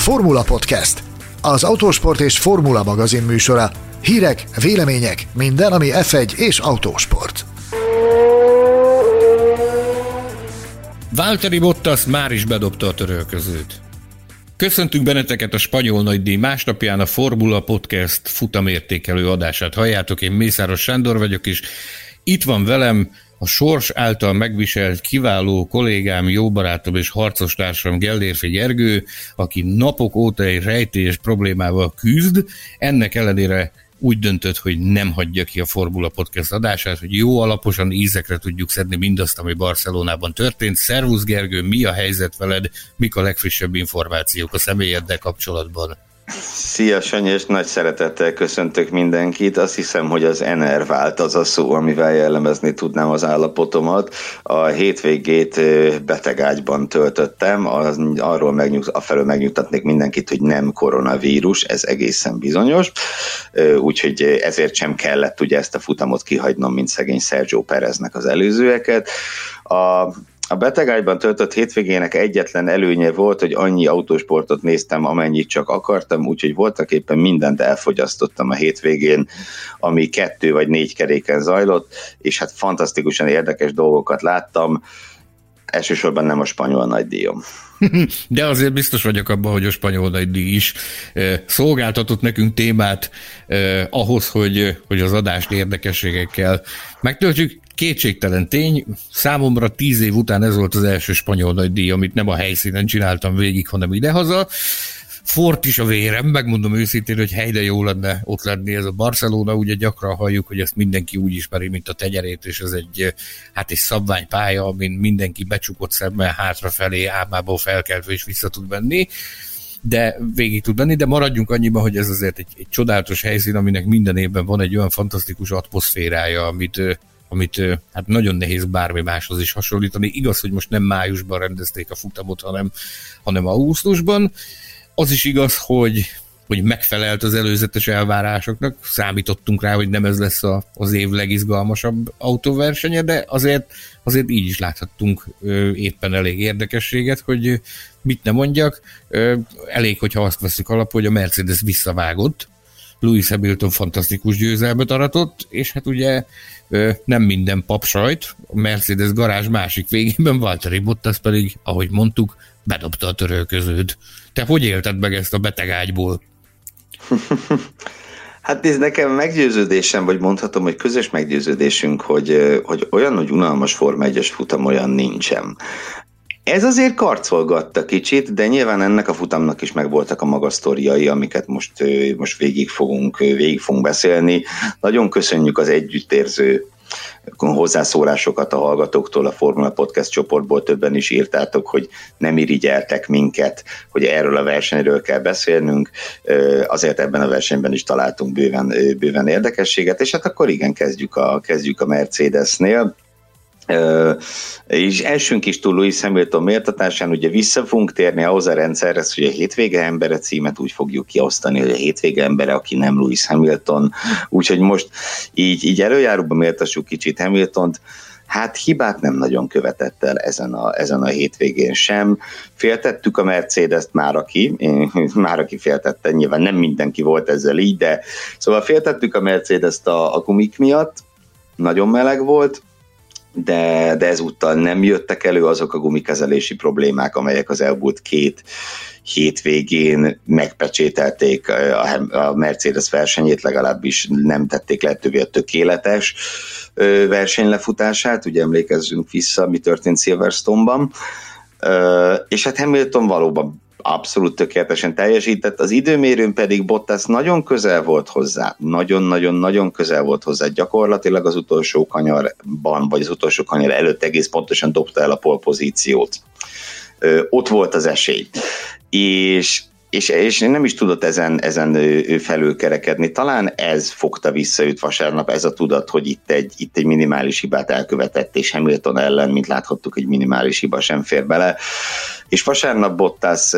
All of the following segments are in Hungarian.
Formula Podcast, az autósport és formula magazin műsora. Hírek, vélemények, minden, ami F1 és autósport. Valtteri Bottas már is bedobta a törölközőt. Köszöntünk benneteket a spanyol nagydíj másnapján, a Formula Podcast futamértékelő adását halljátok. Én Mészáros Sándor vagyok, és itt van velem a sors által megviselt kiváló kollégám, jó barátom és harcostársam Gellérfi Gergő, aki napok óta egy rejtélyes problémával küzd, ennek ellenére úgy döntött, hogy nem hagyja ki a Formula Podcast adását, hogy jó alaposan ízekre tudjuk szedni mindazt, ami Barcelonában történt. Szervusz Gergő, mi a helyzet veled, mik a legfrissebb információk a személyeddel kapcsolatban? Szia Sanyi, és nagy szeretettel köszöntök mindenkit. Azt hiszem, hogy az enervált az a szó, amivel jellemezni tudnám az állapotomat. A hétvégét betegágyban töltöttem, afelől megnyugtatnék mindenkit, hogy nem koronavírus, ez egészen bizonyos. Úgyhogy ezért sem kellett ugye ezt a futamot kihagynom, mint szegény Sergio Pereznek az előzőeket. A betegágyban töltött hétvégének egyetlen előnye volt, hogy annyi autósportot néztem, amennyit csak akartam, úgyhogy voltaképpen mindent elfogyasztottam a hétvégén, ami 2 vagy 4 keréken zajlott, és hát fantasztikusan érdekes dolgokat láttam, elsősorban nem a spanyol nagydíjom. De azért biztos vagyok abban, hogy a spanyol nagydíj is szolgáltatott nekünk témát ahhoz, hogy az adást érdekességekkel megtöltjük. Kétségtelen tény, számomra 10 év után ez volt az első spanyol nagydíj, amit nem a helyszínen csináltam végig, hanem idehaza. Fort is a vérem, megmondom őszintén, hogy helyde jó lenne ott lenni. Ez a Barcelona, ugye gyakran halljuk, hogy ezt mindenki úgy ismeri, mint a tegyerét, és ez egy szabványpálya, amin mindenki becsukott szemmel hátrafelé, álmából felkeltve és vissza tud menni, de végig tud menni, de maradjunk annyiban, hogy ez azért egy csodálatos helyszín, aminek minden évben van egy olyan fantasztikus atmoszférája, amit hát nagyon nehéz bármi máshoz is hasonlítani. Igaz, hogy most nem májusban rendezték a futamot, hanem augusztusban. Az is igaz, hogy megfelelt az előzetes elvárásoknak, számítottunk rá, hogy nem ez lesz az év legizgalmasabb autóversenye, de azért így is láthattunk éppen elég érdekességet, hogy mit ne mondjak. Elég, hogyha azt veszük alapul, hogy a Mercedes visszavágott, Lewis Hamilton fantasztikus győzelmet aratott, és hát ugye nem minden papsajt, a Mercedes garázs másik végében, Valtteri Bottas pedig, ahogy mondtuk, bedobta a törölközőt. Te hogy élted meg ezt a betegágyból? Hát ez nekem meggyőződésem, vagy mondhatom, hogy közös meggyőződésünk, hogy olyan, hogy unalmas Forma 1-es futam olyan nincsen. Ez azért karcolgatta kicsit, de nyilván ennek a futamnak is megvoltak a maga sztoriai, amiket most végig fogunk beszélni. Nagyon köszönjük az együttérző hozzászólásokat a hallgatóktól, a Formula Podcast csoportból többen is írtátok, hogy nem irigyeltek minket, hogy erről a versenyről kell beszélnünk, azért ebben a versenyben is találtunk bőven érdekességet, és hát akkor igen, kezdjük a Mercedesnél. És elsünk is túl Lewis Hamilton méltatásán, ugye vissza fogunk térni ahhoz a rendszerhez, hogy a hétvége embere címet úgy fogjuk kiosztani, hogy a hétvége embere, aki nem Lewis Hamilton, úgyhogy most így előjáróban méltassuk kicsit Hamiltont. Hát hibát nem nagyon követett el ezen a hétvégén sem. Féltettük a Mercedes-t már aki féltette, nyilván nem mindenki volt ezzel így, de szóval féltettük a Mercedes-t a gumik miatt, nagyon meleg volt, de ezúttal nem jöttek elő azok a gumikezelési problémák, amelyek az elmúlt 2 hétvégén megpecsételték a Mercedes versenyét, legalábbis nem tették lehetővé a tökéletes versenylefutását, ugye emlékezzünk vissza, mi történt Silverstone-ban, és hát Hamilton valóban abszolút tökéletesen teljesített, az időmérőn pedig Bottas nagyon közel volt hozzá, nagyon-nagyon-nagyon közel volt hozzá, gyakorlatilag az utolsó kanyarban, vagy az utolsó kanyar előtt egész pontosan dobta el a pole pozíciót. Ott volt az esély. És nem is tudott ezen felülkerekedni. Talán ez fogta vissza őt vasárnap, ez a tudat, hogy itt egy minimális hibát elkövetett, és Hamilton ellen, mint láthattuk, egy minimális hiba sem fér bele. És vasárnap Bottas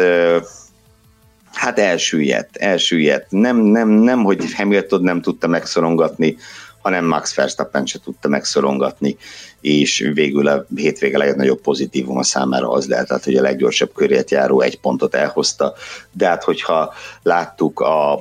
hát elsüllyedt. Nem, hogy Hamilton nem tudta megszorongatni, hanem Max Verstappen se tudta megszorongatni, és végül a hétvége legnagyobb pozitívum a számára az lehetett, hogy a leggyorsabb körét járó 1 pontot elhozta, de hát hogyha láttuk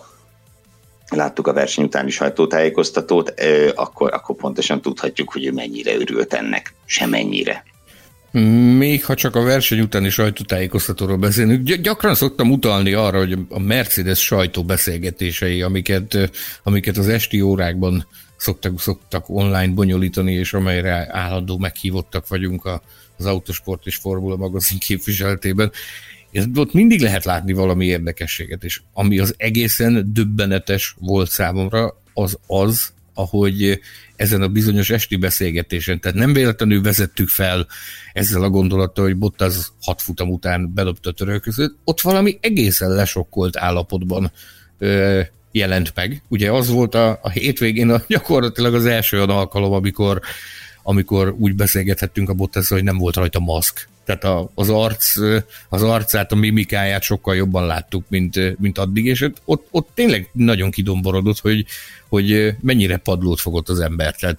a verseny utáni sajtótájékoztatót, akkor pontosan tudhatjuk, hogy ő mennyire örült ennek. Semennyire. Még ha csak a verseny utáni sajtótájékoztatóról beszélünk, gyakran szoktam utalni arra, hogy a Mercedes sajtóbeszélgetései, amiket az esti órákban szoktak online bonyolítani, és amelyre állandó meghívottak vagyunk az Autosport és Formula magazin képviseletében, ott mindig lehet látni valami érdekességet, és ami az egészen döbbenetes volt számomra, az, ahogy ezen a bizonyos esti beszélgetésen, tehát nem véletlenül vezettük fel ezzel a gondolattal, hogy Bottas 6 futam után bedobta a törölközőt, ott valami egészen lesokkolt állapotban jelent meg. Ugye az volt a hétvégén gyakorlatilag az első olyan alkalom, amikor úgy beszélgethettünk a Bottasszal, hogy nem volt rajta maszk. Tehát az arcát, a mimikáját sokkal jobban láttuk, mint addig, és ott tényleg nagyon kidomborodott, hogy mennyire padlót fogott az ember. Tehát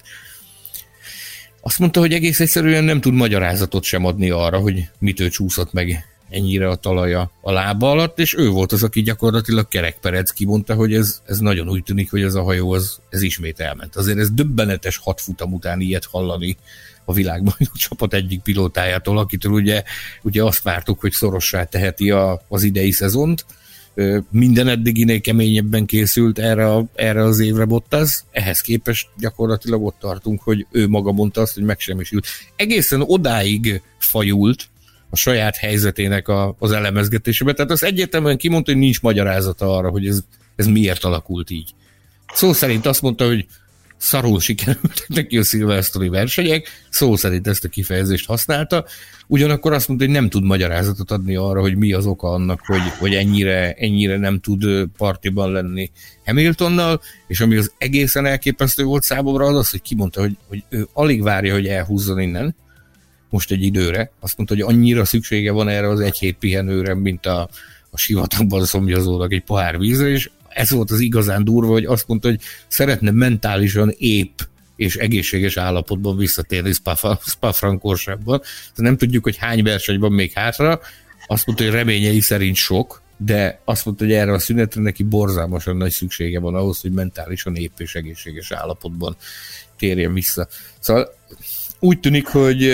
azt mondta, hogy egész egyszerűen nem tud magyarázatot sem adni arra, hogy mitől csúszott meg ennyire a talaja a lába alatt, és ő volt az, aki gyakorlatilag kerekperec kimondta, hogy ez nagyon úgy tűnik, hogy ez a hajó ez ismét elment. Azért ez döbbenetes 6 futam után ilyet hallani a világbajnok csapat egyik pilótájától, akitől ugye azt vártuk, hogy szorossá teheti az idei szezont. Minden eddiginél keményebben készült erre az évre Bottas, ehhez képest gyakorlatilag ott tartunk, hogy ő maga mondta azt, hogy megsemmisült. Egészen odáig fajult a saját helyzetének az elemezgetésébe, tehát az egyértelműen kimondta, hogy nincs magyarázata arra, hogy ez miért alakult így. Szó szerint azt mondta, hogy szarul sikerültek neki a Silverstone-i versenyek, szó szerint ezt a kifejezést használta, ugyanakkor azt mondta, hogy nem tud magyarázatot adni arra, hogy mi az oka annak, hogy ennyire nem tud partiban lenni Hamiltonnal, és ami az egészen elképesztő volt számomra az, hogy kimondta, hogy ő alig várja, hogy elhúzzon innen, most egy időre. Azt mondta, hogy annyira szüksége van erre az 1 hét pihenőre, mint a sivatagban szomjazónak egy pohár vízre, és ez volt az igazán durva, hogy azt mondta, hogy szeretne mentálisan épp és egészséges állapotban visszatérni Spa-Francorchamps-ban. Nem tudjuk, hogy hány verseny van még hátra. Azt mondta, hogy reményei szerint sok, de azt mondta, hogy erre a szünetre neki borzalmasan nagy szüksége van ahhoz, hogy mentálisan épp és egészséges állapotban térjen vissza. Szóval úgy tűnik,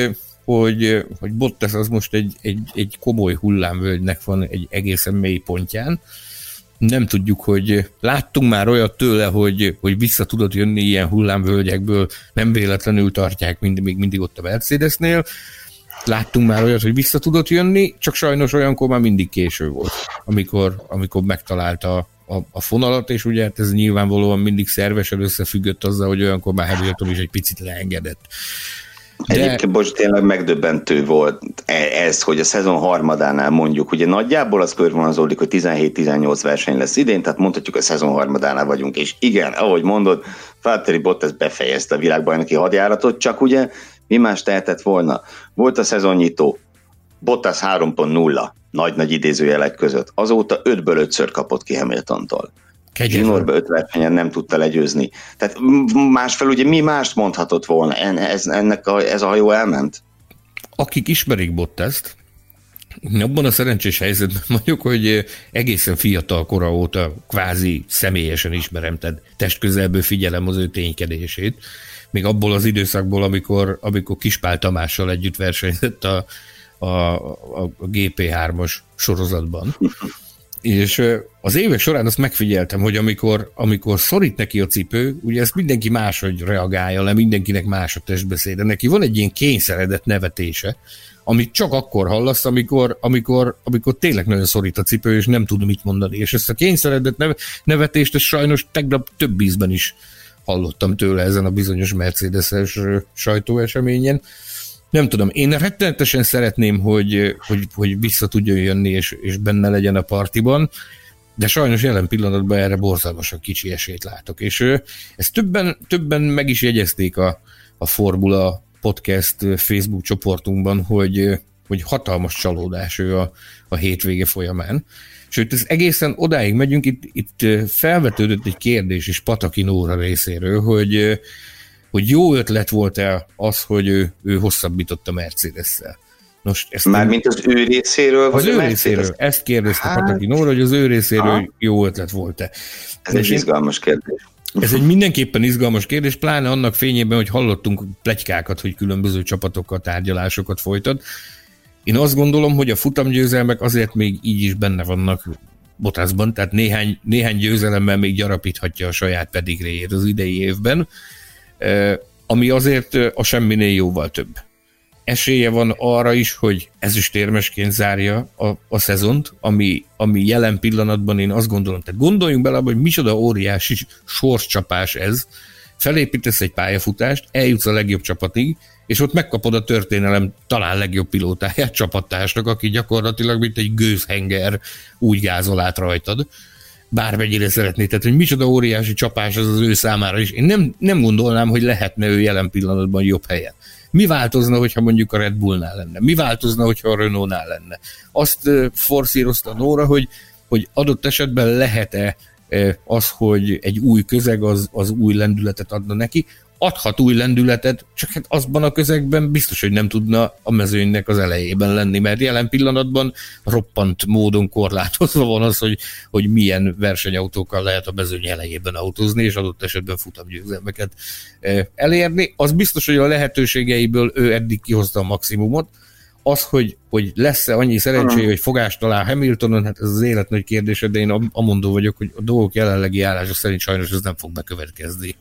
hogy Bottas az most egy komoly hullámvölgynek van egy egészen mély pontján. Nem tudjuk, hogy láttunk már olyat tőle, hogy vissza tudott jönni ilyen hullámvölgyekből, nem véletlenül tartják még mindig ott a Mercedesnél. Láttunk már olyat, hogy vissza tudott jönni, csak sajnos olyankor már mindig késő volt, amikor megtalálta a fonalat, és ugye ez nyilvánvalóan mindig szervesen összefüggött azzal, hogy olyankor már Hamilton is egy picit leengedett. Egyébként most tényleg megdöbbentő volt ez, hogy a szezon harmadánál mondjuk, ugye nagyjából az körvonalazódik, hogy 17-18 verseny lesz idén, tehát mondhatjuk a szezon harmadánál vagyunk, és igen, ahogy mondod, Valtteri Bottas befejezte a világbajnoki hadjáratot, csak ugye mi más tehetett volna? Volt a szezonnyitó, Bottas 3.0, nagy-nagy idézőjelek között, azóta 5-ből 5-ször kapott ki Hamiltontól. Zsinórba 5 versenyen nem tudta legyőzni. Tehát másfél ugye mi mást mondhatott volna? Ez a hajó elment? Akik ismerik Bottast, abban a szerencsés helyzetben vagyok, hogy egészen fiatal kora óta kvázi személyesen ismerem, tehát testközelből figyelem az ő ténykedését. Még abból az időszakból, amikor Kispál Tamással együtt versenyzett a GP3-as sorozatban. És az évek során azt megfigyeltem, hogy amikor szorít neki a cipő, ugye ezt mindenki máshogy reagálja le, mindenkinek más a testbeszéde. Neki van egy ilyen kényszeredett nevetése, amit csak akkor hallasz, amikor tényleg nagyon szorít a cipő, és nem tud mit mondani. És ezt a kényszeredett nevetést ezt sajnos tegnap több ízben is hallottam tőle ezen a bizonyos Mercedes-es sajtóeseményen. Nem tudom, én rettenetesen szeretném, hogy vissza tudjon jönni, és benne legyen a partiban, de sajnos jelen pillanatban erre borzalmasan kicsi esélyt látok. És ezt többen meg is jegyezték a Formula Podcast Facebook csoportunkban, hogy hatalmas csalódás ő a hétvége folyamán. Sőt, ez egészen odáig megyünk, itt felvetődött egy kérdés is Pataki Nóra részéről, hogy jó ötlet volt-e az, hogy ő hosszabbította Mercedes-szel. Mármint az ő részéről? Az ő részéről. Ezt kérdezte Pataki Nóra, hogy az ő részéről jó ötlet volt-e. Ez egy izgalmas kérdés. Ez egy mindenképpen izgalmas kérdés, pláne annak fényében, hogy hallottunk pletykákat, hogy különböző csapatokkal tárgyalásokat folytat. Én azt gondolom, hogy a futamgyőzelmek azért még így is benne vannak Bottasban, tehát néhány győzelemmel még gyarapíthatja a saját pedigréjét az idei évben, ami azért a semminél jóval több. Esélye van arra is, hogy ezüstérmesként zárja a szezont, ami jelen pillanatban én azt gondolom. Tehát gondoljunk bele, hogy micsoda óriási sorscsapás ez. Felépítesz egy pályafutást, eljutsz a legjobb csapatig, és ott megkapod a történelem talán legjobb pilótáját csapattársnak, aki gyakorlatilag mint egy gőzhenger úgy gázol át rajtad. Bármennyire szeretné, tehát hogy micsoda óriási csapás az ő számára is. Én nem gondolnám, hogy lehetne ő jelen pillanatban jobb helyen. Mi változna, hogyha mondjuk a Red Bullnál lenne? Mi változna, hogyha a Renaultnál lenne? Azt forszírozta Nóra, hogy adott esetben lehet-e az, hogy egy új közeg az új lendületet adna neki. Adhat új lendületet, csak hát azban a közegben biztos, hogy nem tudna a mezőnynek az elejében lenni, mert jelen pillanatban roppant módon korlátozva van az, hogy milyen versenyautókkal lehet a mezőny elejében autózni, és adott esetben futamgyőzelmeket elérni. Az biztos, hogy a lehetőségeiből ő eddig kihozta a maximumot. Az, hogy lesz-e annyi szerencséje, hogy fogást talál Hamiltonon, hát ez az élet nagy kérdése, de én amondó vagyok, hogy a dolgok jelenlegi állása szerint sajnos ez nem fog bekövetkezni.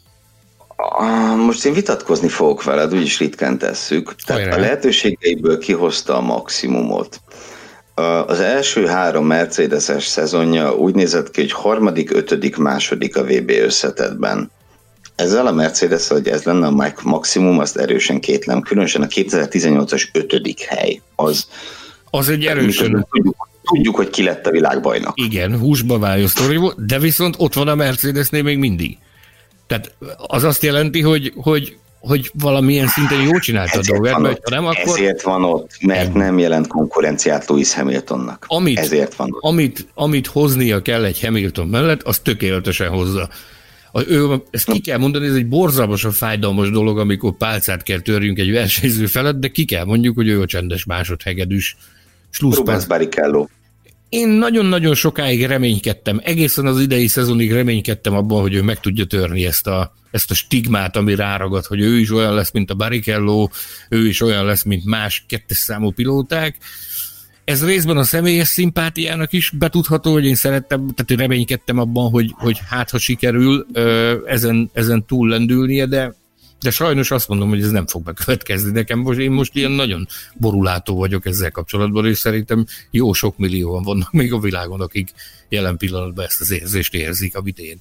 Most én vitatkozni fogok veled, úgyis ritkán tesszük. Tehát a lehetőségeiből kihozta a maximumot. Az első 3 Mercedes-es szezonja úgy nézett ki, hogy 3., 5., 2. a VB összetettben. Ezzel a Mercedes, hogy ez lenne a maximum, azt erősen kétlem. Különösen a 2018-as 5. hely. Az egy erősen... Tudjuk, hogy ki lett a világbajnok. Igen, húsba válja sztori volt, de viszont ott van a Mercedesnél még mindig. Tehát az azt jelenti, hogy valamilyen szinten jól csinálta a dolgát, mert nem akkor... Ezért van ott, mert nem jelent konkurenciát Lewis Hamiltonnak. Ezért van ott. Amit hoznia kell egy Hamilton mellett, az tökéletesen hozza. Ezt ki kell mondani, ez egy borzalmasan fájdalmas dolog, amikor pálcát kell törjünk egy versenyző felett, de ki kell mondjuk, hogy ő a csendes másodhegedűs Rubens Barrichello. Én nagyon-nagyon sokáig reménykedtem, egészen az idei szezonig reménykedtem abban, hogy ő meg tudja törni ezt a stigmát, ami ráragad, hogy ő is olyan lesz, mint a Barrichello, ő is olyan lesz, mint más 2-es számú pilóták. Ez részben a személyes szimpátiának is betudható, hogy én szerettem, tehát reménykedtem abban, hogy hát ha sikerül ezen túl lendülnie, de sajnos azt mondom, hogy ez nem fog bekövetkezni nekem. Én most ilyen nagyon borulátó vagyok ezzel kapcsolatban, és szerintem jó sok millióan vannak még a világon, akik jelen pillanatban ezt az érzést érzik, amit én.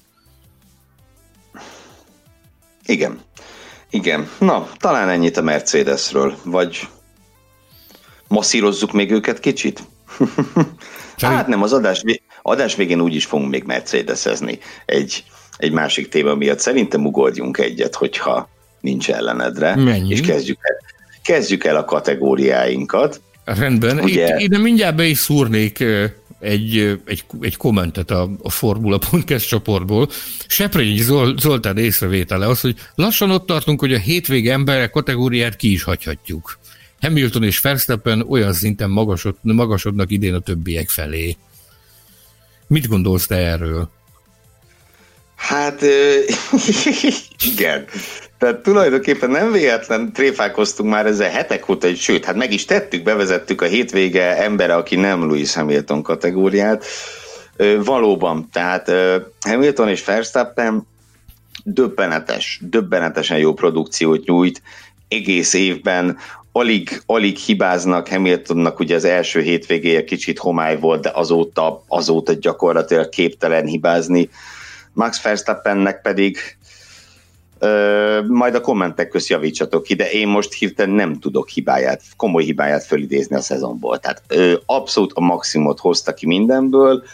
Igen. Na, talán ennyit a Mercedesről, vagy masszírozzuk még őket kicsit? Hát nem, az adás végén úgyis fogunk még mercedesezni egy másik téma miatt. Szerintem ugorjunk egyet, hogyha nincs ellenedre. Menjünk. És kezdjük el a kategóriáinkat. Rendben. Ugye... Ide mindjárt be is szúrnék egy kommentet a Formula Podcast csoportból. Seprényi Zoltán észrevétele az, hogy lassan ott tartunk, hogy a hétvége emberek kategóriát ki is hagyhatjuk. Hamilton és Verstappen olyan szinten magasodnak idén a többiek felé. Mit gondolsz te erről? Hát igen. Tehát tulajdonképpen nem véletlen tréfálkoztunk már ezzel hetek óta, sőt, hát meg is tettük, bevezettük a hétvége embere, aki nem Lewis Hamilton kategóriát. Valóban, tehát Hamilton és Verstappen döbbenetesen jó produkciót nyújt egész évben, alig hibáznak. Hamiltonnak ugye az első hétvégéje kicsit homály volt, de azóta gyakorlatilag képtelen hibázni. Max Verstappennek pedig majd a kommentek közt javítsatok ki, de én most hirtelen nem tudok komoly hibáját fölidézni a szezonból. Tehát abszolút a maximumot hozta ki mindenből,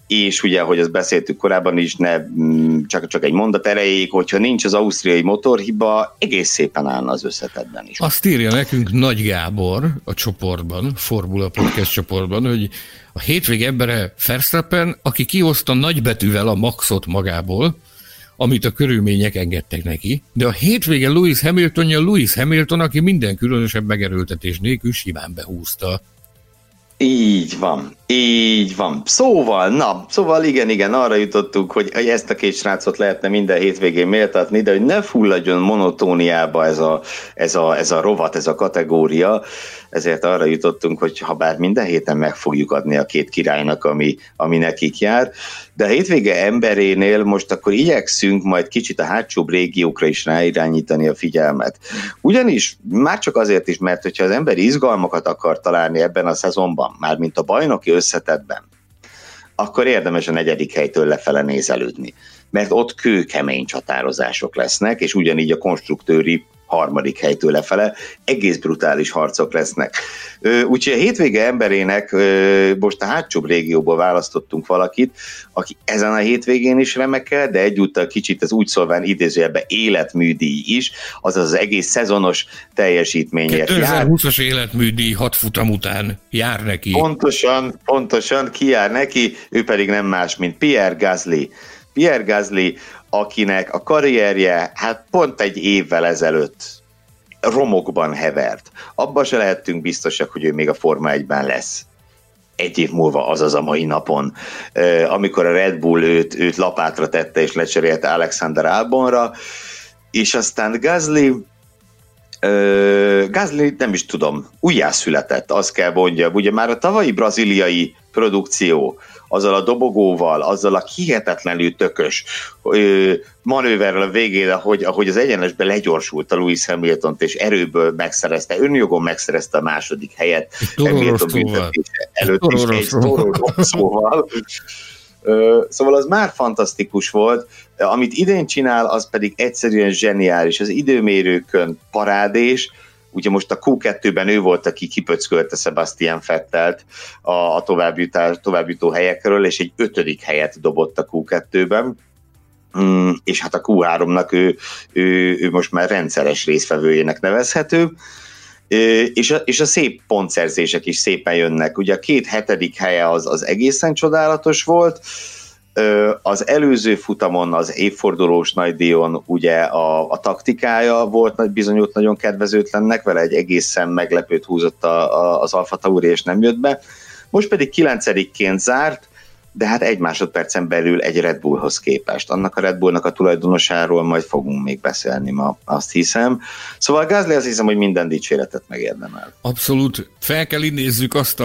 és ugye, ahogy azt beszéltük korábban is, csak egy mondat erejéig, hogyha nincs az ausztriai motorhiba, egész szépen állna az összetettben is. Azt írja nekünk Nagy Gábor a csoportban, Formula Podcast csoportban, hogy a hétvége embere Verstappen, aki kihozta nagybetűvel a maxot magából, amit a körülmények engedtek neki, de a hétvége Lewis Hamilton, aki minden különösebb megerőltetés nélkül simán behúzta. Így van. Szóval igen, arra jutottunk, hogy ezt a két srácot lehetne minden hétvégén méltatni, de hogy ne fulladjon monotóniába ez a rovat, ez a kategória, ezért arra jutottunk, hogy ha bár minden héten meg fogjuk adni a két királynak, ami nekik jár, de a hétvége emberénél most akkor igyekszünk majd kicsit a hátsóbb régiókra is ráirányítani a figyelmet. Ugyanis már csak azért is, mert hogyha az ember izgalmakat akar találni ebben a szezonban, mármint a bajnoki összetettben, akkor érdemes a 4. helytől lefele nézelődni, mert ott kőkemény csatározások lesznek, és ugyanígy a konstruktőri 3. helytől lefele egész brutális harcok lesznek. Úgyhogy a hétvége emberének most a hátsóbb régióból választottunk valakit, aki ezen a hétvégén is remekel, de egyúttal kicsit az úgy szólván idézőjelben életműdíj is, azaz az egész szezonos teljesítményért 2020-as életműdíj 6 futam után jár neki. Pontosan ki jár neki, ő pedig nem más, mint Pierre Gasly, akinek a karrierje hát pont egy évvel ezelőtt romokban hevert. Abban se lehettünk biztosak, hogy ő még a Forma 1-ben lesz. Egy év múlva, azaz a mai napon, amikor a Red Bull őt lapátra tette és lecserélte Alexander Albonra, és aztán Gasly nem is tudom, újjászületett, azt kell mondjam. Ugye már a tavalyi brazíliai produkció, azzal a dobogóval, azzal a hihetetlenül tökös manőverrel a végén, ahogy az egyenesbe legyorsult a Lewis Hamiltont, és erőből megszerezte, önjogon megszerezte a 2. helyet. Hamilton büntetése előtt is egy Toro Szóval az már fantasztikus volt, amit idén csinál, az pedig egyszerűen zseniális. Az időmérőkön parádés, ugye most a Q2-ben ő volt, aki kipöckölte Sebastian Vettelt a továbbjutó helyekről, és egy 5. helyet dobott a Q2-ben, és hát a Q3-nak ő most már rendszeres résztvevőjének nevezhető, és a szép pontszerzések is szépen jönnek. Ugye a 2 7. helye az egészen csodálatos volt, az előző futamon, az évfordulós nagydíjon ugye a taktikája bizonyult nagyon kedvezőtlennek, vele egy egészen meglepőt húzott az Alfa Tauri, és nem jött be. Most pedig 9-ként zárt, de hát 1 másodpercen belül egy Red Bullhoz képest. Annak a Red Bullnak a tulajdonosáról majd fogunk még beszélni ma, azt hiszem. Szóval Gasly, azt hiszem, hogy minden dicséretet megérdemel. Abszolút. Fel kell idézzük azt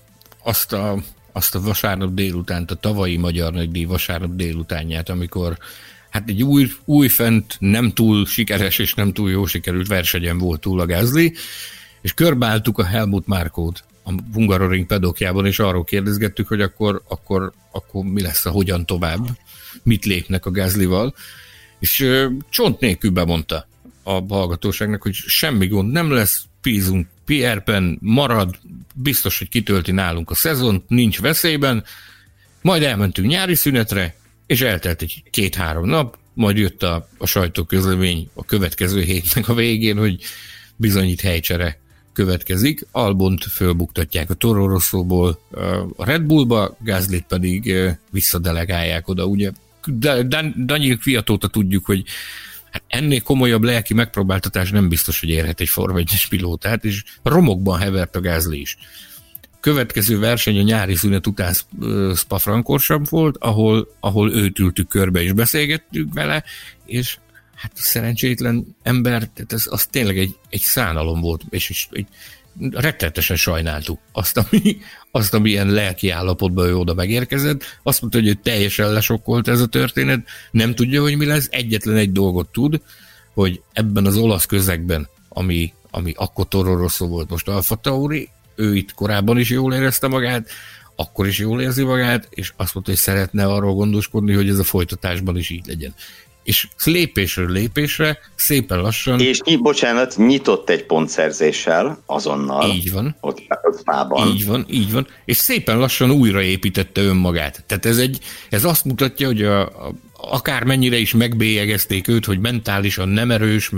a vasárnap délutánt, a tavalyi Magyar Nagydíj vasárnap délutánját, amikor hát egy újfent nem túl sikeres és nem túl jó sikerült versenyen volt túl a Gasly, és körbeálltuk a Helmut Markót a Hungaroring pedokjában, és arról kérdezgettük, hogy akkor mi lesz a hogyan tovább, mit lépnek a Gaslyval, és csont nélkül bemondta a hallgatóságnak, hogy semmi gond nem lesz, bízunk Pierre-ben, marad, biztos, hogy kitölti nálunk a szezont, nincs veszélyben, majd elmentünk nyári szünetre, és eltelt egy 2-3 nap, majd jött a sajtóközlemény a következő hétnek a végén, hogy bizonyít helycsere következik, Albont fölbuktatják a Toro Rosszóból a Red Bullba, Gaslyt pedig visszadelegálják oda, ugye Daniel Kvyat óta tudjuk, hogy hát ennél komolyabb lelki megpróbáltatás nem biztos, hogy érhet egy Forma 1-es pilótát, és romokban hevert a Gasly is. Következő verseny a nyári szünet után Spa-Francorchamps volt, ahol őt ültük körbe és beszélgettük vele, és hát szerencsétlen ember, tehát az tényleg egy szánalom volt, és rettenetesen sajnáltuk azt, ami ilyen lelki állapotban ő oda megérkezett. Azt mondta, hogy ő teljesen lesokkolt ez a történet, nem tudja, hogy mi lesz, egyetlen egy dolgot tud, hogy ebben az olasz közegben, ami akkor Toro Rosso volt, most Alfa Tauri, ő itt korábban is jól érezte magát, akkor is jól érzi magát, és azt mondta, hogy szeretne arról gondoskodni, hogy ez a folytatásban is így legyen. és lépésről lépésre szépen lassan... És bocsánat, nyitott egy pontszerzéssel azonnal. Így van. Ott Spában. Így van. És szépen lassan újraépítette önmagát. Tehát ez azt mutatja, hogy akármennyire is megbélyegezték őt, hogy mentálisan nem erős,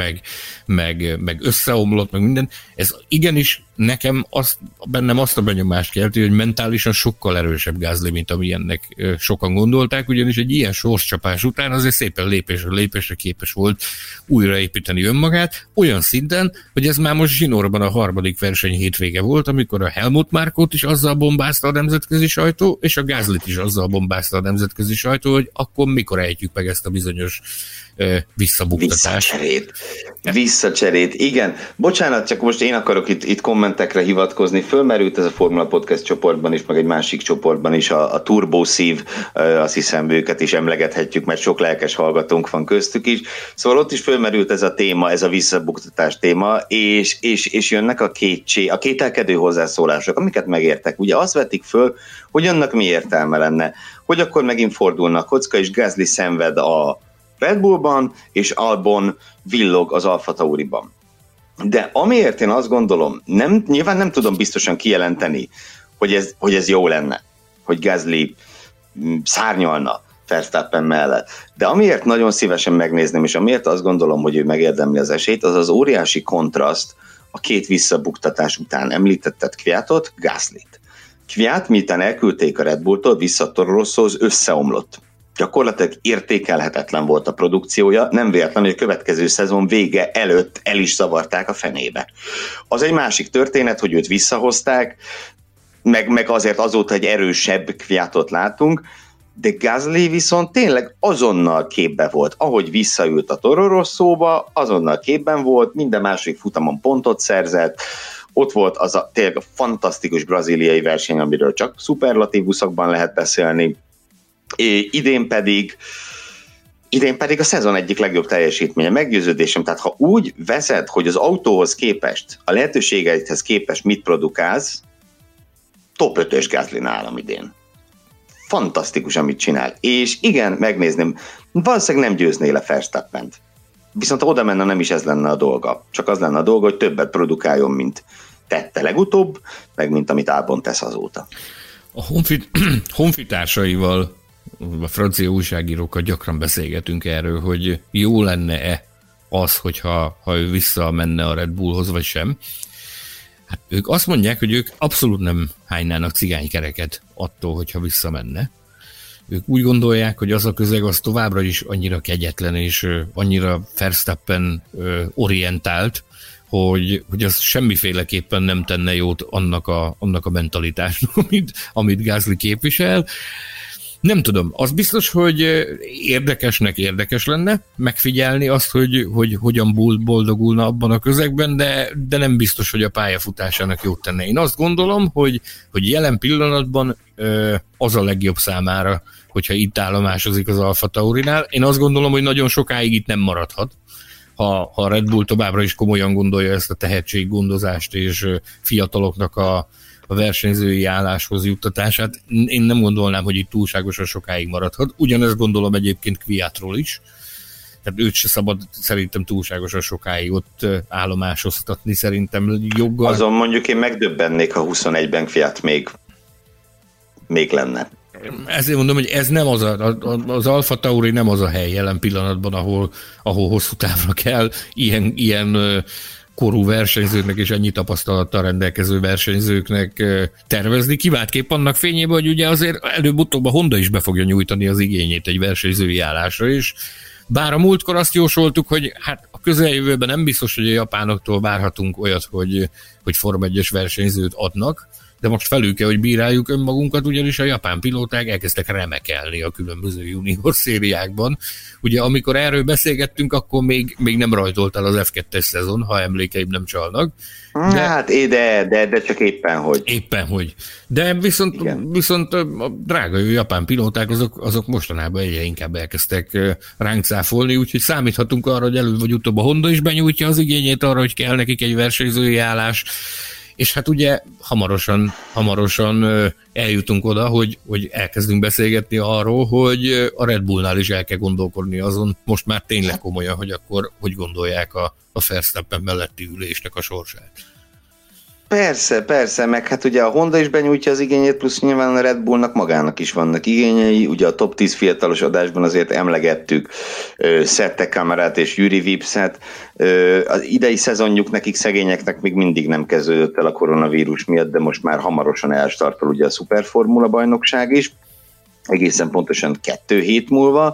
meg összeomlott, meg minden, ez igenis nekem bennem azt a benyomást kelti, hogy mentálisan sokkal erősebb Gasly, mint amilyennek sokan gondolták, ugyanis egy ilyen sorscsapás után azért szépen lépésről lépésre képes volt újraépíteni önmagát, olyan szinten, hogy ez már most zsinórban a harmadik verseny hétvége volt, amikor a Helmut Markót is azzal bombázta a nemzetközi sajtó, és a Gaslyt is azzal bombázta a nemzetközi sajtó, hogy akkor mikor ejtjük meg ezt a bizonyos visszabuktatást. Visszacserét, igen. Bocsánat, csak most én akarok itt kommentekre hivatkozni. Fölmerült ez a Formula Podcast csoportban is, meg egy másik csoportban is, a Turbo Szív, azt hiszem őket is emlegethetjük, mert sok lelkes hallgatónk van köztük is. Szóval ott is fölmerült ez a téma, ez a visszabuktatás téma, és jönnek a kételkedő hozzászólások, amiket megértek. Ugye azt vetik föl, hogy annak mi értelme lenne, hogy akkor megint fordulnak kocka, és Gasly szenved a Red Bullban, és Albon villog az Alfa Tauriban. De amiért én azt gondolom, nyilván nem tudom biztosan kijelenteni, hogy ez jó lenne, hogy Gasly szárnyalna Verstappen mellett. De amiért nagyon szívesen megnézném, és amiért azt gondolom, hogy ő megérdemli az esélyt, az az óriási kontraszt a két visszabuktatás után. Említetted Kvyátot, Gaslyt. Kvyát, miután elküldték a Red Bulltól, vissza a Toro Rossóhoz, összeomlott. Gyakorlatilag értékelhetetlen volt a produkciója, nem véletlen, hogy a következő szezon vége előtt el is zavarták a fenébe. Az egy másik történet, hogy őt visszahozták, meg azért azóta egy erősebb Kvyátot látunk, de Gasly viszont tényleg azonnal képbe volt. Ahogy visszaült a Toro Rossóba, azonnal képben volt, minden második futamon pontot szerzett, ott volt az tényleg a fantasztikus brazíliai verseny, amiről csak szuperlatívuszokban lehet beszélni. Idén pedig a szezon egyik legjobb teljesítménye, meggyőződésem, tehát ha úgy veszed, hogy az autóhoz képest, a lehetőségeidhez képest mit produkálsz, top 5-ös Gasly nálam idén. Fantasztikus, amit csinál. És igen, megnézném, valószínűleg nem győzné le Verstappent. Viszont oda menne, nem is ez lenne a dolga. Csak az lenne a dolga, hogy többet produkáljon, mint tette legutóbb, meg mint amit Albon tesz azóta. A honfitársaival, a francia újságírókkal gyakran beszélgetünk erről, hogy jó lenne-e az, hogyha ő visszamenne a Red Bullhoz, vagy sem. Hát ők azt mondják, hogy ők abszolút nem hánynának cigánykereket attól, hogyha visszamenne. Ők úgy gondolják, hogy az a közeg az továbbra is annyira kegyetlen és annyira Verstappen orientált, hogy az semmiféleképpen nem tenne jót annak a mentalitásnak, amit Gasly képvisel. Nem tudom, az biztos, hogy érdekes lenne megfigyelni azt, hogy hogyan boldogulna abban a közegben, de nem biztos, hogy a pályafutásának jót tenne. Én azt gondolom, hogy jelen pillanatban az a legjobb számára, hogyha itt állomásozik az Alfa Taurinál. Én azt gondolom, hogy nagyon sokáig itt nem maradhat, ha a Red Bull továbbra is komolyan gondolja ezt a tehetséggondozást és fiataloknak a versenyzői álláshoz juttatását. Én nem gondolnám, hogy itt túlságosan sokáig maradhat. Ugyanezt gondolom egyébként Kvyátról is. Tehát őt se szabad szerintem túlságosan sokáig ott állomásoztatni, szerintem joggal. Azon mondjuk én megdöbbennék, ha 21-ben Kvyát még lenne. Ezért mondom, hogy ez nem az Alfa Tauri nem az a hely jelen pillanatban, ahol hosszú távra kell ilyen korú versenyzőknek és ennyi tapasztalattal rendelkező versenyzőknek tervezni. Kiváltképp annak fényében, hogy ugye azért előbb-utóbb a Honda is be fogja nyújtani az igényét egy versenyzői állásra is. Bár a múltkor azt jósoltuk, hogy hát a közeljövőben nem biztos, hogy a japánoktól várhatunk olyat, hogy Forma 1-es versenyzőt adnak, de most felül kell, hogy bíráljuk önmagunkat, ugyanis a japán pilóták elkezdtek remekelni a különböző junior szériákban. Ugye amikor erről beszélgettünk, akkor még nem rajtolt el az F2-es szezon, ha emlékeim nem csalnak. De csak éppen hogy. Éppen hogy. De viszont a drága japán pilóták azok mostanában egyre inkább elkezdtek ránk cáfolni, úgyhogy számíthatunk arra, hogy előbb vagy utóbb a Honda is benyújtja az igényét arra, hogy kell nekik egy versenyzői állás. És hát ugye hamarosan eljutunk oda, hogy elkezdünk beszélgetni arról, hogy a Red Bullnál is el kell gondolkodni azon, most már tényleg komolyan, hogy akkor hogy gondolják a Verstappen melletti ülésnek a sorsát. Persze, meg hát ugye a Honda is benyújtja az igényét, plusz nyilván a Red Bullnak magának is vannak igényei, ugye a Top 10 fiatalos adásban azért emlegettük Sette Kamerát és Jüri Vipset, az idei szezonjuk nekik szegényeknek még mindig nem kezdődött el a koronavírus miatt, de most már hamarosan elstartol ugye a Superformula bajnokság is, egészen pontosan 2 hét múlva.